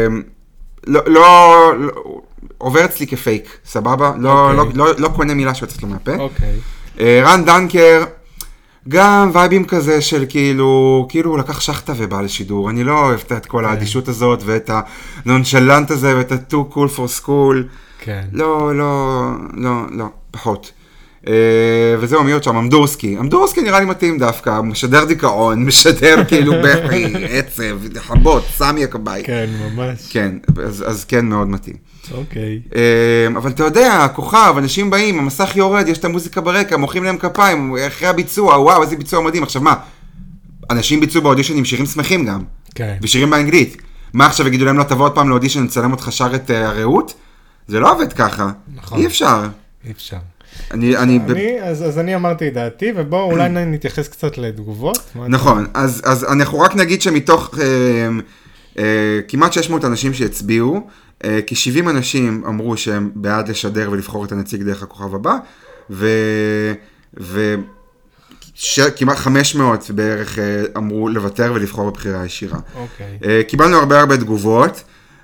לא, עובר אצלי כפייק, סבבה? לא קונה מילה שיוצאת לו מהפה. אוקיי. רן דנקר, גם וייבים כזה של כאילו, כאילו הוא לקח שחטה ובא לשידור, אני לא אוהבת את כל האדישות הזאת ואת הנונשלנט הזה ואת ה-too cool for school, לא, לא, לא, לא, פחות. וזהו, מי עוד שם, אמדורסקי, אמדורסקי נראה לי מתאים דווקא, משדר דיכאון, משדר כאילו בכי, עצב, חבות, סמי הקבאי. כן, ממש. כן, אז כן מאוד מתאים. אוקיי. אבל אתה יודע, הכוכב, אנשים באים, המסך יורד, יש את המוזיקה ברקע, מוחאים להם כפיים, אחרי הביצוע, וואו, איזה ביצוע מדהים. עכשיו מה, אנשים ביצעו באודישנים שירים שמחים גם, ושירים באנגלית. מה עכשיו יגידו להם לא תבוא עוד פעם לאודישן, נצלם אותך שר את הרעות? זה לא עובד ככה. נכון. אי אפשר. אי אפשר. אני, אני, אז, אז אני אמרתי את דעתי, ובואו אולי נתייחס קצת לתגובות. נכון, אז, אז אנחנו רק נגיד שמתוך אה, אה, כמעט שש מאות אנשים שהצביעו, אה, כ-שבעים אנשים אמרו שהם בעד לשדר ולבחור את הנציג דרך הכוכב הבא, ו... ו ש... כמעט חמש מאות בערך אמרו לוותר ולבחור בבחירה ישירה. אוקיי. קיבלנו הרבה הרבה תגובות,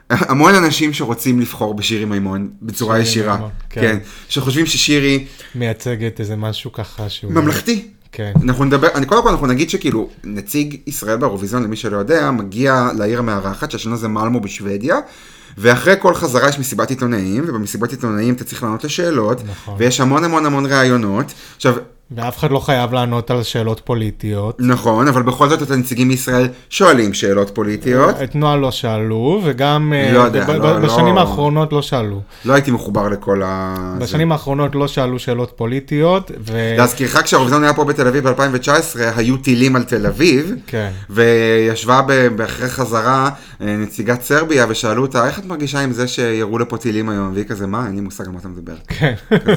המון אנשים שרוצים לבחור בשירי מימון בצורה שירי ישירה. מימון, כן. כן. שחושבים ששירי מייצגת איזה משהו ככה שהוא... ממלכתי. כן. אנחנו נדבר, אני קודם כל אנחנו נגיד שכאילו נציג ישראל באירוויזיון, למי שלא יודע, מגיע לעיר המארחת, שהשנה זה מלמו בשוודיה, ואחרי כל חזרה יש מסיבת עיתונאים, ובמסיבת עיתונאים אתה צריך לענות לשאלות, נכון. ויש המון המון המון ראיונות. עכשיו, ואף אחד לא חייב לענות על שאלות פוליטיות. נכון, אבל בכל זאת את הנציגים מישראל שואלים שאלות פוליטיות. את נועה לא שאלו, וגם לא יודע, ב- לא- ב- בשנים לא- האחרונות לא שאלו. לא הייתי מחובר לכל ה... בשנים האחרונות לא שאלו שאלות פוליטיות, ו... להזכירך, כשהאירוויזיון היה פה בתל אביב ב-אלפיים תשע עשרה, היו טילים על תל אביב, כן. וישבה ב- אחרי חזרה אה, נציגת סרביה, ושאלו אותה, איך את מרגישה עם זה שירו לפה טילים היום? והיא כזה, מה? אין לי מושג על מה אתה מדבר. כן.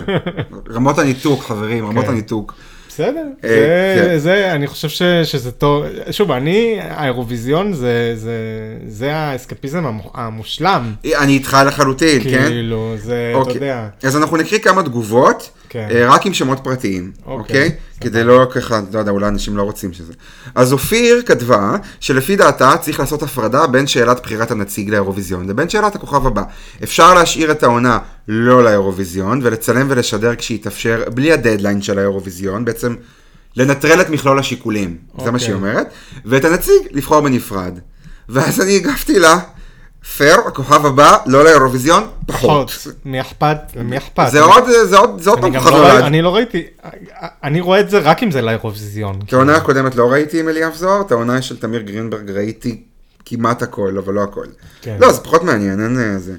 רמות הניתוק, חברים, רמות כן. הניתוק. בסדר, אה, זה, כן. זה, אני חושב ש, שזה טוב, שוב, אני, האירוויזיון זה, זה, זה האסקפיזם המו- המושלם, אני איתך לחלוטין, כן? כאילו, זה, אתה אוקיי. יודע, אז אנחנו נקריא כמה תגובות, כן. אה, רק עם שמות פרטיים, אוקיי, אוקיי? סבבה. כדי לא ככה, לא יודע, אולי אנשים לא רוצים שזה. אז אופיר כתבה שלפי דעתה צריך לעשות הפרדה בין שאלת בחירת הנציג לאירוויזיון לבין שאלת הכוכב הבא. אפשר להשאיר את העונה לא לאירוויזיון ולצלם ולשדר כשיתאפשר בלי הדדליין של האירוויזיון, בעצם לנטרל את מכלול השיקולים, זה מה אוקיי. שהיא אומרת, ואת הנציג לבחור בנפרד. ואז אני הגבתי לה, פייר, הכוכב הבא, לא לאירוויזיון, פחות. פחות, מי אכפת, מי אכפת. זה עוד, זה עוד, זה עוד אני פעם גם כוכב לא, ראי- נולד. אני לא ראיתי, אני רואה את זה רק אם זה לאירוויזיון. את העונה הקודמת לא ראיתי עם אליאב זוהר, את העונה של תמיר גרינברג ראיתי כמעט הכל, אבל לא הכל. כן. לא, זה פחות מעניין, אין אה, זה.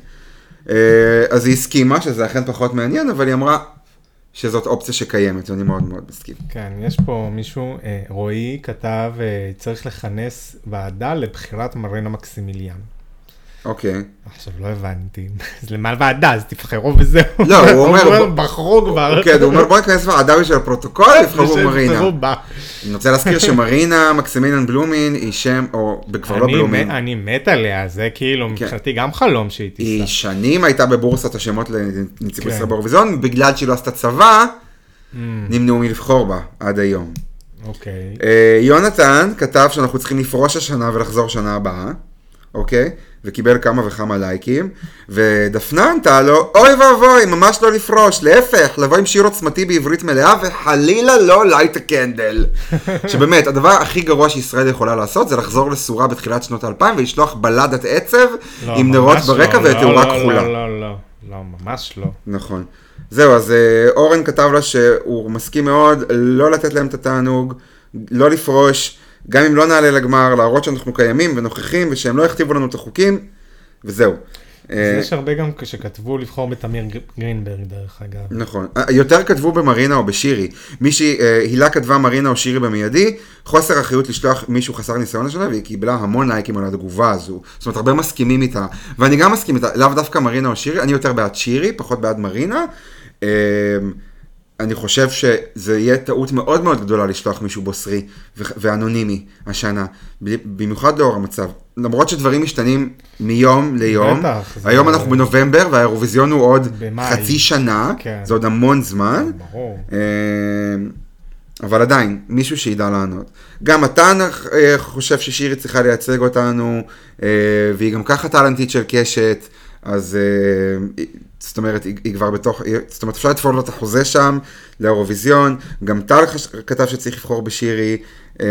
אה, אז היא הסכימה שזה אכן פחות מעניין, אבל היא אמרה שזאת אופציה שקיימת, ואני מאוד מאוד מסכים. כן, יש פה מישהו, אה, רועי כתב, אה, צריך לכנס ועדה לבחירת מרינה מקסימיליאן. אוקיי. עכשיו לא הבנתי, אז למה ועדה? אז תבחרו וזהו. לא, הוא אומר- בחרו כבר. כן, הוא אומר בוא נכנס ועדה בשביל הפרוטוקול, לבחרו מרינה. שיבחרו בה. אני רוצה להזכיר שמרינה מקסימילן בלומין היא שם, או כבר לא אני בלומין, מת- אני מת עליה, זה כאילו מבחינתי גם חלום שהיא היא תיסע. שנים הייתה בבורסת השמות לנציגות כן. ישראל באירוויזיון, בגלל שהיא לא עשתה צבא, Mm, נמנעו מלבחור בה עד היום. אוקיי. אה, יונתן כתב שאנחנו צריכים לפרוש השנה ולחזור שנה הבאה, אוקיי? וקיבל כמה וכמה לייקים, ודפנה ענתה לו, אוי ואבוי, ממש לא לפרוש, להפך, לבוא עם שיר עוצמתי בעברית מלאה, וחלילה לא לייט הקנדל. שבאמת, הדבר הכי גרוע שישראל יכולה לעשות, זה לחזור לסורה בתחילת שנות האלפיים, ולשלוח בלדת עצב, לא, עם ממש נרות לא, ברקע לא, ותאורה לא, כחולה. לא, לא, לא, לא, ממש לא. נכון. זהו, אז אה, אורן כתב לה שהוא מסכים מאוד לא לתת להם את התענוג, לא לפרוש, גם אם לא נעלה לגמר, להראות שאנחנו קיימים ונוכחים, ושהם לא יכתיבו לנו את החוקים, וזהו. אז אה, יש הרבה גם שכתבו לבחור בתמיר גרינברג דרך אגב. נכון. אה, יותר כתבו במרינה או בשירי. מישהי, אה, הילה כתבה מרינה או שירי במיידי, חוסר אחריות לשלוח מישהו חסר ניסיון לשנה, והיא קיבלה המון לייקים על התגובה הזו. זאת אומרת, הרבה מסכימים איתה. ואני גם מסכים איתה, לאו דווקא מרינה או שירי, אני יותר בעד שירי, פחות בעד מרינה. אה, אני חושב שזה יהיה טעות מאוד מאוד גדולה לשלוח מישהו בוסרי ו- ואנונימי השנה, ב- במיוחד לאור המצב. למרות שדברים משתנים מיום ליום, בטח, זה- היום אנחנו בנובמבר והאירוויזיון הוא עוד במאי. חצי שנה, כן. זה עוד המון זמן, ברור. אה, אבל עדיין, מישהו שידע לענות. גם מתן אה, חושב ששירי צריכה לייצג אותנו, אה, והיא גם ככה טלנטית של קשת, אז אה, זאת אומרת, היא, היא כבר בתוך, היא, זאת אומרת, אפשר לתפור לו את החוזה שם, לאירוויזיון, גם טל חש- כתב שצריך לבחור בשירי, אה,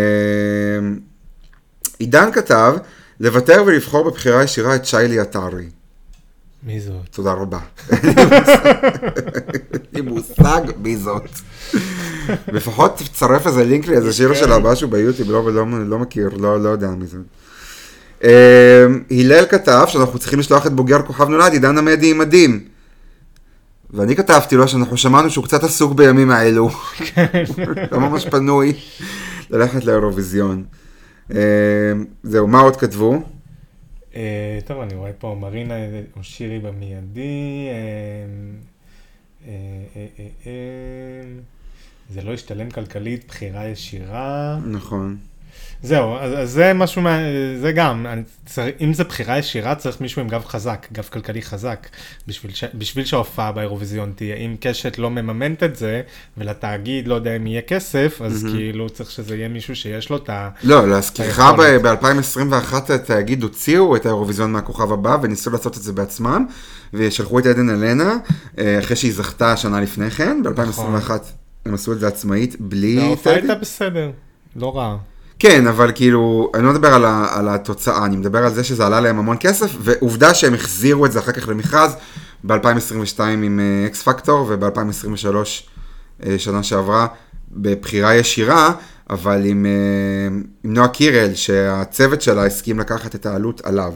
עידן כתב, לוותר ולבחור בבחירה ישירה את שיילי עטרי. מי זאת? תודה רבה. אין לי מושג מי זאת. לפחות תצרף איזה לינק לי, איזה שיר שלה משהו ביוטיוב, לא, לא, לא מכיר, לא, לא יודע מי זאת. Uh, הלל כתב שאנחנו צריכים לשלוח את בוגר כוכב נולד, עידן עמדי מדהים. ואני כתבתי לו שאנחנו שמענו שהוא קצת עסוק בימים האלו. לא ממש פנוי ללכת לאירוויזיון. Uh, זהו, מה עוד כתבו? אה, טוב, אני רואה פה מרינה או שירי במיידי. אה, אה, אה, אה, אה, זה לא ישתלם כלכלית, בחירה ישירה. נכון. זהו, אז, אז זה משהו, מה, זה גם, אני, צריך, אם זה בחירה ישירה, צריך מישהו עם גב חזק, גב כלכלי חזק, בשביל, ש, בשביל שההופעה באירוויזיון תהיה. אם קשת לא מממנת את זה, ולתאגיד לא יודע אם יהיה כסף, אז mm-hmm. כאילו צריך שזה יהיה מישהו שיש לו את ה... לא, להזכירך, ב-אלפיים עשרים ואחת התאגיד הוציאו את האירוויזיון מהכוכב הבא, וניסו לעשות את זה בעצמם, ושלחו את עדן אלנה, אחרי שהיא זכתה שנה לפני כן, ב-אלפיים עשרים ואחת הם עשו את זה עצמאית, בלי... ההופעה הייתה בסדר, לא רע. כן, אבל כאילו, אני לא מדבר על, ה, על התוצאה, אני מדבר על זה שזה עלה להם המון כסף, ועובדה שהם החזירו את זה אחר כך למכרז, ב-אלפיים עשרים ושתיים עם אקס פקטור, וב-אלפיים עשרים ושלוש שנה שעברה, בבחירה ישירה, אבל עם, עם נועה קירל, שהצוות שלה הסכים לקחת את העלות עליו.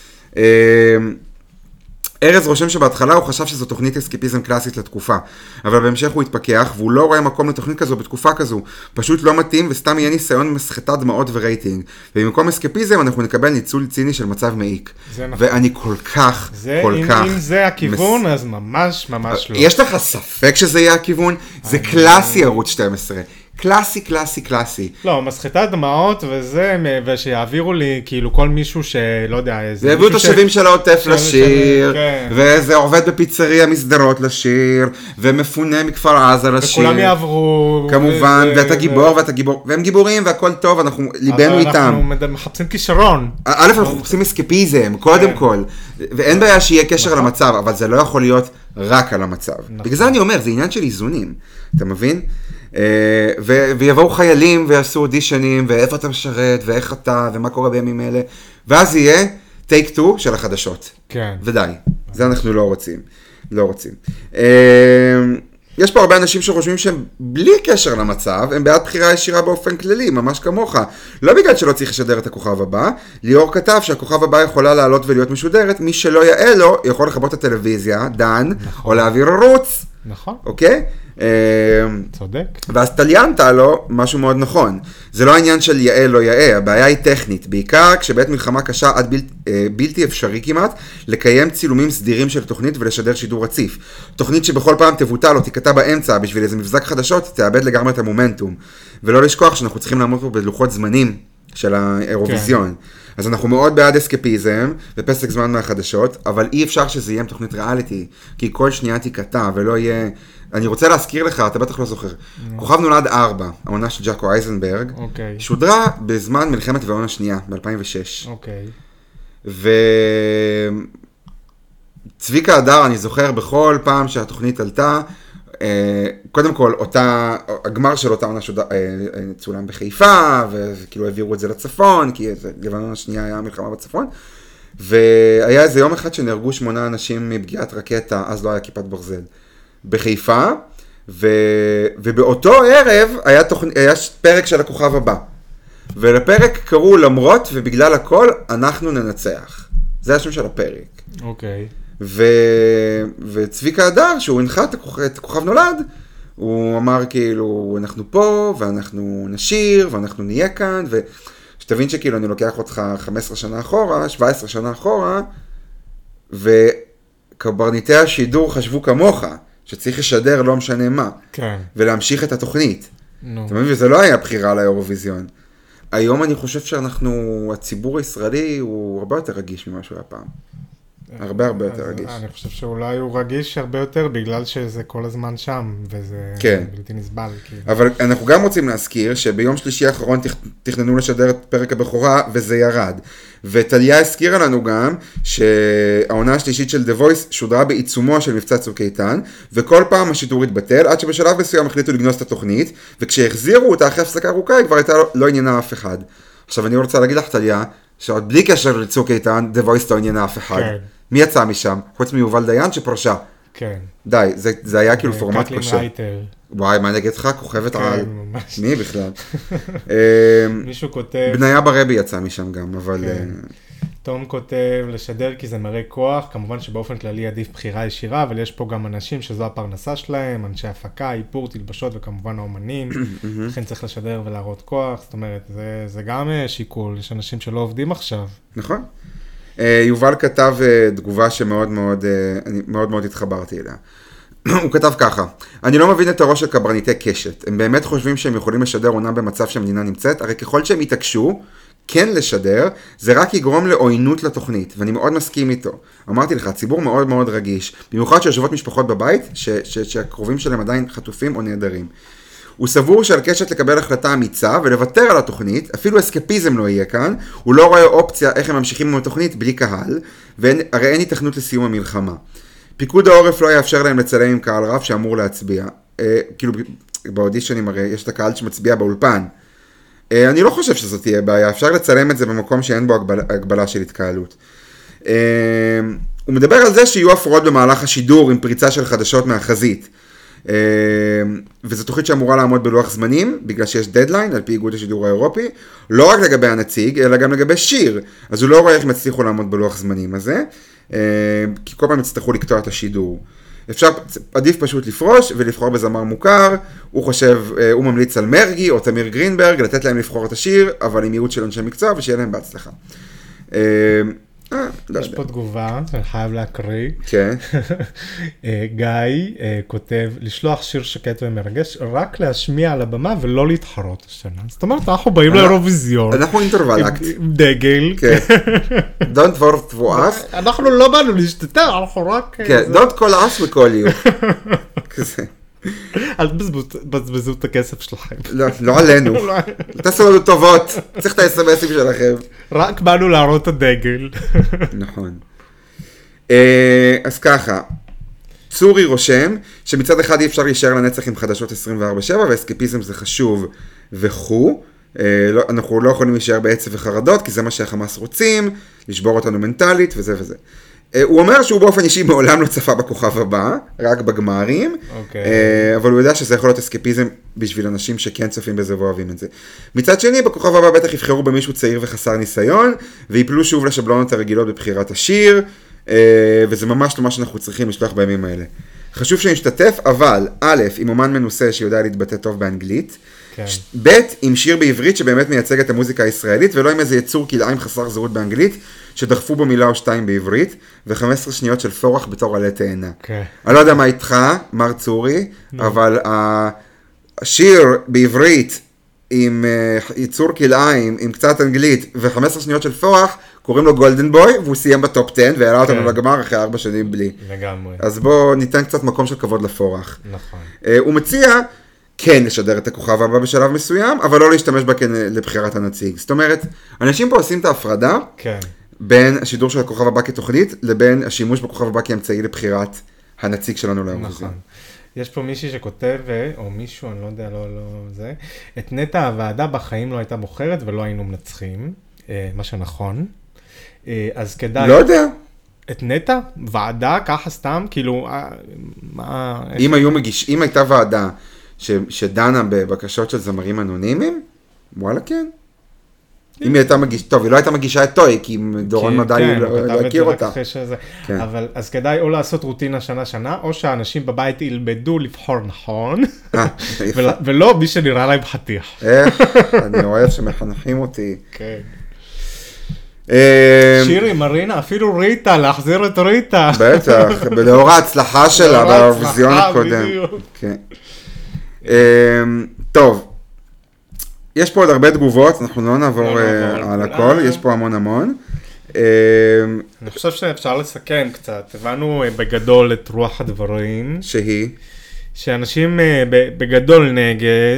ארז רושם שבהתחלה הוא חשב שזו תוכנית אסקפיזם קלאסית לתקופה, אבל בהמשך הוא התפכח, והוא לא רואה מקום לתוכנית כזו בתקופה כזו, פשוט לא מתאים וסתם יהיה ניסיון מסחטת דמעות ורייטינג, ובמקום אסקפיזם אנחנו נקבל ניצול ציני של מצב מעיק. זה נכון. ואני כל כך, זה, כל אם, כך... אם זה הכיוון, מס... אז ממש ממש לא. יש לך ספק שזה יהיה הכיוון? זה אני... קלאסי ערוץ שתים עשרה. קלאסי, קלאסי, קלאסי. לא, מסחטת דמעות וזה, ושיעבירו לי כאילו כל מישהו שלא יודע, איזה... והביאו תושבים של העוטף לשיר, וזה עובד בפיצריה מסדרות לשיר, ומפונה מכפר עזה לשיר. וכולם יעברו. כמובן, ואתה גיבור, ואתה גיבור, והם גיבורים והכל טוב, אנחנו ליבנו איתם. אנחנו מחפשים כישרון. א', אנחנו מחפשים אסקפיזם, קודם כל, ואין בעיה שיהיה קשר למצב, אבל זה לא יכול להיות רק על המצב. בגלל זה אני אומר, זה עניין של איזונים, אתה מבין? ו- ויבואו חיילים ויעשו אודישנים, ואיפה אתה משרת, ואיך אתה, ומה קורה בימים אלה, ואז יהיה טייק טו של החדשות. כן. ודי, זה אנחנו לא רוצים, לא רוצים. יש פה הרבה אנשים שחושבים שהם בלי קשר למצב, הם בעד בחירה ישירה באופן כללי, ממש כמוך. לא בגלל שלא צריך לשדר את הכוכב הבא, ליאור כתב שהכוכב הבא יכולה לעלות ולהיות משודרת, מי שלא יאה לו יכול לכבות את הטלוויזיה, דן, נכון. או להעביר ערוץ. נכון. אוקיי? צודק. ואז טליינת לו משהו מאוד נכון. זה לא העניין של יאה לא יאה, הבעיה היא טכנית. בעיקר כשבעת מלחמה קשה עד בלתי, בלתי אפשרי כמעט, לקיים צילומים סדירים של תוכנית ולשדר שידור רציף. תוכנית שבכל פעם תבוטל או תיקטע באמצע בשביל איזה מבזק חדשות, תאבד לגמרי את המומנטום. ולא לשכוח שאנחנו צריכים לעמוד פה בלוחות זמנים של האירוויזיון. כן. אז אנחנו מאוד בעד אסקפיזם ופסק זמן מהחדשות, אבל אי אפשר שזה יהיה עם תוכנית ריאליטי, כי כל שנייה תיקטע ולא יהיה... אני רוצה להזכיר לך, אתה בטח לא זוכר, כוכב נולד ארבע, העונה של ג'קו אייזנברג, שודרה בזמן מלחמת והעונה השנייה, ב-אלפיים ושש. אוקיי. וצביקה הדר, אני זוכר בכל פעם שהתוכנית עלתה, קודם כל, אותה, הגמר של אותה עונה צולם בחיפה, וכאילו העבירו את זה לצפון, כי לבנון השנייה היה מלחמה בצפון, והיה איזה יום אחד שנהרגו שמונה אנשים מפגיעת רקטה, אז לא היה כיפת ברזל, בחיפה, ו... ובאותו ערב היה, תוכנ... היה פרק של הכוכב הבא, ולפרק קראו למרות ובגלל הכל אנחנו ננצח. זה השם של הפרק. אוקיי. ו... וצביקה הדר, שהוא הנחה את הכוכב, את הכוכב נולד, הוא אמר כאילו, אנחנו פה, ואנחנו נשיר, ואנחנו נהיה כאן, ושתבין שכאילו אני לוקח אותך חמש עשרה שנה אחורה, שבע עשרה שנה אחורה, וקברניטי השידור חשבו כמוך, שצריך לשדר לא משנה מה, כן. ולהמשיך את התוכנית. נו. אתה מבין? וזה לא היה בחירה לאירוויזיון. היום אני חושב שאנחנו, הציבור הישראלי הוא הרבה יותר רגיש ממה שהוא היה פעם. הרבה הרבה יותר רגיש. אני חושב שאולי הוא רגיש הרבה יותר בגלל שזה כל הזמן שם, וזה כן. בלתי נסבל. אבל אנחנו גם רוצים להזכיר שביום שלישי האחרון תכננו לשדר את פרק הבכורה, וזה ירד. וטליה הזכירה לנו גם שהעונה השלישית של The Voice שודרה בעיצומו של מבצע צוק איתן, וכל פעם השידור התבטל, עד שבשלב מסוים החליטו לגנוז את התוכנית, וכשהחזירו אותה אחרי הפסקה ארוכה, היא כבר הייתה לא עניינה אף אחד. עכשיו אני רוצה להגיד לך, טליה, שעוד בלי קשר לצוק איתן, The Voice לא עניינה אף אחד. כן. מי יצא משם? חוץ מיובל דיין שפרשה. כן. די, זה, זה היה כאילו פורמט קטלין קשה. רייטר. וואי, מה נגד לך? כוכבת כן, על... ממש. מי בכלל? מישהו כותב... בניה ברבי יצא משם גם, אבל... כן. תום כותב לשדר כי זה מראה כוח, כמובן שבאופן כללי עדיף בחירה ישירה, אבל יש פה גם אנשים שזו הפרנסה שלהם, אנשי הפקה, איפור, תלבשות וכמובן האומנים, לכן צריך לשדר ולהראות כוח, זאת אומרת, זה, זה גם שיקול, יש אנשים שלא עובדים עכשיו. נכון. יובל כתב תגובה שמאוד מאוד, אני מאוד מאוד התחברתי אליה. הוא כתב ככה, אני לא מבין את הראש של קברניטי קשת, הם באמת חושבים שהם יכולים לשדר עונה במצב שהמדינה נמצאת, הרי ככל שהם יתעקשו, כן לשדר, זה רק יגרום לעוינות לתוכנית, ואני מאוד מסכים איתו. אמרתי לך, הציבור מאוד מאוד רגיש, במיוחד שיושבות משפחות בבית, ש- ש- שהקרובים שלהם עדיין חטופים או נהדרים. הוא סבור שעל קשת לקבל החלטה אמיצה ולוותר על התוכנית, אפילו אסקפיזם לא יהיה כאן, הוא לא רואה אופציה איך הם ממשיכים עם התוכנית בלי קהל, והרי אין התכנות לסיום המלחמה. פיקוד העורף לא יאפשר להם לצלם עם קהל רב שאמור להצביע. אה, כאילו, באודישנים הרי יש את הקהל שמצביע באולפן. אה, אני לא חושב שזאת תהיה בעיה, אפשר לצלם את זה במקום שאין בו הגבלה, הגבלה של התקהלות. אה, הוא מדבר על זה שיהיו הפרעות במהלך השידור עם פריצה של חדשות מהחזית. אה, וזו תוכנית שאמורה לעמוד בלוח זמנים, בגלל שיש דדליין על פי איגוד השידור האירופי, לא רק לגבי הנציג, אלא גם לגבי שיר. אז הוא לא רואה איך הם הצליחו לעמוד בלוח זמנים הזה. כי כל פעם יצטרכו לקטוע את השידור. אפשר, עדיף פשוט לפרוש ולבחור בזמר מוכר, הוא חושב, הוא ממליץ על מרגי או תמיר גרינברג, לתת להם לבחור את השיר, אבל עם ייעוץ של אנשי מקצוע ושיהיה להם בהצלחה. יש פה תגובה, אני חייב להקריא. כן. גיא כותב, לשלוח שיר שקט ומרגש, רק להשמיע על הבמה ולא להתחרות השנה. זאת אומרת, אנחנו באים לאירוויזיון. אנחנו אינטרוולקט. דגל. כן. Don't vote for us. אנחנו לא באנו להשתתף, אנחנו רק... כן, don't call us we call you. כזה. אל תבזבזו את הכסף שלכם. לא, לא עלינו. תעשו לנו טובות. צריך את ה-אס אם אסים שלכם. רק באנו להראות את הדגל. נכון. אז ככה, צורי רושם שמצד אחד אי אפשר להישאר לנצח עם חדשות עשרים וארבע שבע, ואסקפיזם זה חשוב וכו'. אנחנו לא יכולים להישאר בעצב וחרדות, כי זה מה שהחמאס רוצים, לשבור אותנו מנטלית וזה וזה. הוא אומר שהוא באופן אישי מעולם לא צפה בכוכב הבא, רק בגמרים, okay. אבל הוא יודע שזה יכול להיות אסקפיזם בשביל אנשים שכן צופים בזה ואוהבים את זה. מצד שני, בכוכב הבא בטח יבחרו במישהו צעיר וחסר ניסיון, ויפלו שוב לשבלונות הרגילות בבחירת השיר, וזה ממש לא מה שאנחנו צריכים לשלוח בימים האלה. חשוב שנשתתף, אבל א', עם אומן מנוסה שיודע להתבטא טוב באנגלית, כן. ב', עם שיר בעברית שבאמת מייצג את המוזיקה הישראלית, ולא עם איזה יצור כלאיים חסר זהות באנגלית, שדחפו בו מילה או שתיים בעברית, ו-חמש עשרה שניות של פורח בתור עלי תאנה. כן. אני לא יודע מה איתך, מר צורי, אבל השיר בעברית עם יצור כלאיים, עם קצת אנגלית, ו-חמש עשרה שניות של פורח, קוראים לו גולדן בוי, והוא סיים בטופ עשר, והעלה אותנו לגמר אחרי ארבע שנים בלי. לגמרי. אז בואו ניתן קצת מקום של כבוד לפורח. נכון. הוא מציע כן לשדר את הכוכב הבא בשלב מסוים, אבל לא להשתמש בה לבחירת הנציג. זאת אומרת, אנשים פה עושים את ההפרדה, כן. בין השידור של הכוכב הבא כתוכנית, לבין השימוש בכוכב הבא כאמצעי לבחירת הנציג שלנו לאירוויזיון. נכון. יש פה מישהי שכותב, או מישהו, אני לא יודע, לא, לא, זה, את נטע הוועדה בחיים לא הייתה בוחרת ולא היינו מנצחים, מה שנכון. אז כדאי... לא יודע. את נטע? ועדה, ככה סתם, כאילו, מה... אם היו מגיש, אם הייתה ועדה ש, שדנה בבקשות של זמרים אנונימיים, וואלה כן. אם היא הייתה מגישה, טוב, היא לא הייתה מגישה את טוי, כי דורון מדעי לא הכיר אותה. אבל אז כדאי או לעשות רוטינה שנה-שנה, או שהאנשים בבית ילמדו לבחור נכון, ולא מי שנראה להם חתיך. איך, אני אוהב שמחנכים אותי. כן. שירי, מרינה, אפילו ריטה, להחזיר את ריטה. בטח, לאור ההצלחה שלה באירוויזיון הקודם. טוב. יש פה עוד הרבה תגובות, אנחנו לא נעבור על הכל, יש פה המון המון. אני חושב שאפשר לסכם קצת, הבנו בגדול את רוח הדברים. שהיא? שאנשים בגדול נגד,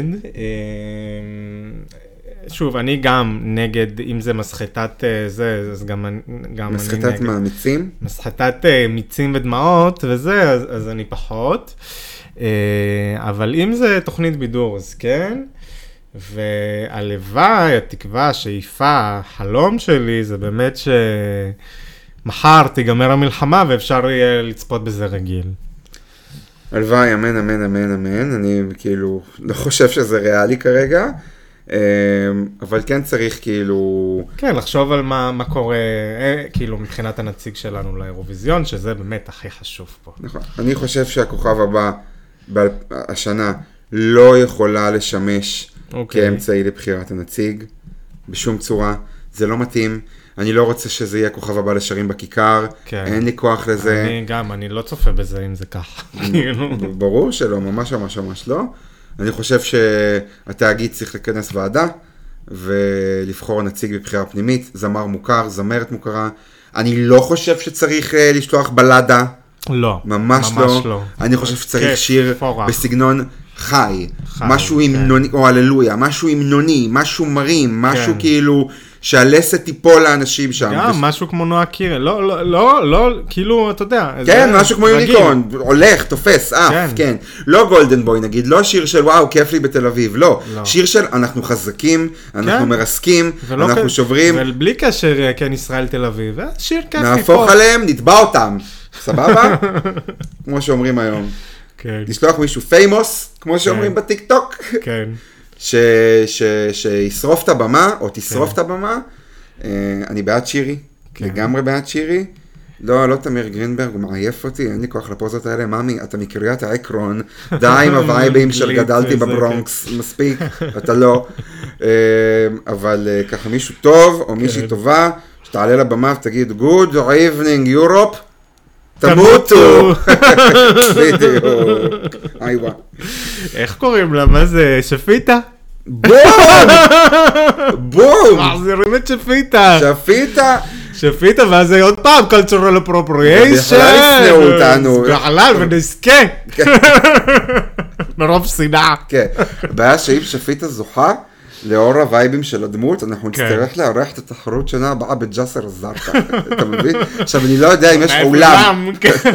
שוב, אני גם נגד, אם זה מסחטת זה, אז גם אני נגד. מסחטת מה, מיצים? מסחטת מיצים ודמעות וזה, אז אני פחות. אבל אם זה תוכנית בידור, אז כן. והלוואי, התקווה, השאיפה, החלום שלי, זה באמת שמחר תיגמר המלחמה ואפשר יהיה לצפות בזה רגיל. הלוואי, אמן, אמן, אמן, אמן. אני כאילו לא חושב שזה ריאלי כרגע, אבל כן צריך כאילו... כן, לחשוב על מה, מה קורה, כאילו מבחינת הנציג שלנו לאירוויזיון, שזה באמת הכי חשוב פה. נכון. אני חושב שהכוכב הבא השנה לא יכולה לשמש... Okay. כאמצעי לבחירת הנציג, בשום צורה. זה לא מתאים, אני לא רוצה שזה יהיה כוכב הבא לשרים בכיכר, כן. אין לי כוח לזה. אני גם, אני לא צופה בזה אם זה ככה. כאילו. ברור שלא, ממש ממש ממש לא. אני חושב שהתאגיד צריך לכנס ועדה, ולבחור נציג בבחירה פנימית, זמר מוכר, זמרת מוכרה. אני לא חושב שצריך לשלוח בלדה. לא, ממש, ממש לא. לא. אני חושב שצריך כיף, שיר פורח. בסגנון חי, חי משהו המנוני, כן. או הללויה, משהו המנוני, משהו מרים, משהו כן. כאילו שהלסת תיפול לאנשים שם. גם, וש... משהו כמו נועה קירל, לא, לא, לא, לא, כאילו, אתה יודע. כן, משהו כמו יוניקון, הולך, תופס, אף, כן. כן. לא גולדן בוי נגיד, לא שיר של וואו, כיף לי בתל אביב, לא. לא. שיר של אנחנו חזקים, אנחנו כן. מרסקים, אנחנו כ... שוברים. ובלי קשר, כן, ישראל תל אביב, שיר כיף לי פה. נהפוך עליהם, נטבע אותם. סבבה? כמו שאומרים היום. כן. לשלוח מישהו פיימוס, כמו שאומרים בטיק טוק. כן. שישרוף את הבמה, או תשרוף את הבמה. אני בעד שירי, לגמרי בעד שירי. לא, לא תמיר גרינברג, הוא מעייף אותי, אין לי כוח לפוזות האלה. ממי, אתה מקריית העקרון, די עם הווייבים של גדלתי בברונקס, מספיק, אתה לא. אבל ככה מישהו טוב, או מישהי טובה, שתעלה לבמה ותגיד, Good evening Europe, תמותו. בדיוק. איווה. איך קוראים לה? מה זה? שפיטה? בום! בום! מחזירים את שפיטה. שפיטה. שפיטה, ואז זה עוד פעם cultural appropriation. בכלל יסנאו אותנו. בכלל, ונזכה. מרוב שנאה. כן. הבעיה שאם שפיטה זוכה, לאור הווייבים של הדמות, אנחנו נצטרך לארח את התחרות שנה הבאה בג'סר א-זרקא. אתה מבין? עכשיו, אני לא יודע אם יש אולם.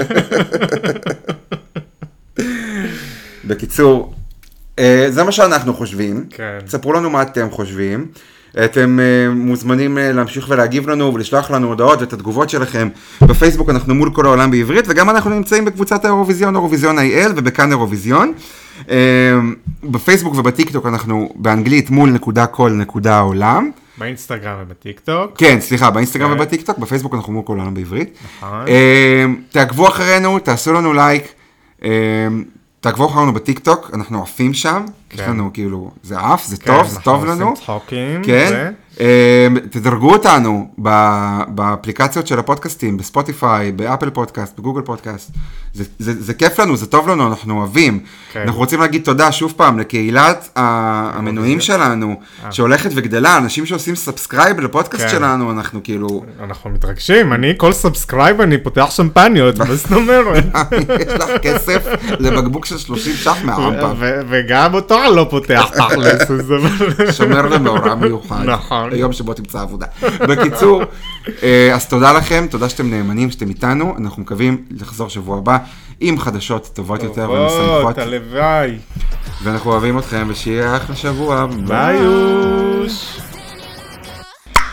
בקיצור, זה מה שאנחנו חושבים. תספרו לנו מה אתם חושבים. אתם מוזמנים להמשיך ולהגיב לנו ולשלוח לנו הודעות ואת התגובות שלכם. בפייסבוק אנחנו מול כל העולם בעברית, וגם אנחנו נמצאים בקבוצת האירוויזיון, אירוויזיון איי אל, ובכאן אירוויזיון. בפייסבוק ובטיקטוק אנחנו באנגלית מול נקודה כל נקודה העולם. באינסטגרם ובטיקטוק. כן, סליחה, באינסטגרם ובטיקטוק, בפייסבוק אנחנו מול כל העולם בעברית. נכון. תעקבו אחרינו, תעשו לנו לייק, תעקבו אחרינו בטיקטוק, אנחנו עפים שם, יש לנו כאילו, זה עף, זה טוב, זה טוב לנו. אנחנו עושים צחוקים. כן. תדרגו אותנו באפליקציות של הפודקאסטים, בספוטיפיי, באפל פודקאסט, בגוגל פודקאסט. זה, זה, זה כיף לנו, זה טוב לנו, אנחנו אוהבים. כן. אנחנו רוצים להגיד תודה שוב פעם לקהילת המנויים שלנו, שהולכת וגדלה, אנשים שעושים סאבסקרייב לפודקאסט כן. שלנו, אנחנו כאילו... אנחנו מתרגשים, אני כל סאבסקרייב אני פותח שמפניות, מה זאת אומרת? יש לך כסף לבקבוק של שלושים שח מהרמפה. וגם אותו לא פותח תכלס. שומר למאורע מיוחד. נכון. היום שבו תמצא עבודה. בקיצור, אז תודה לכם, תודה שאתם נאמנים, שאתם איתנו, אנחנו מקווים לחזור שבוע הבא עם חדשות טובות יותר ומשמחות. טובות, הלוואי. ואנחנו אוהבים אתכם, ושיהיה אחלה שבוע. ביי.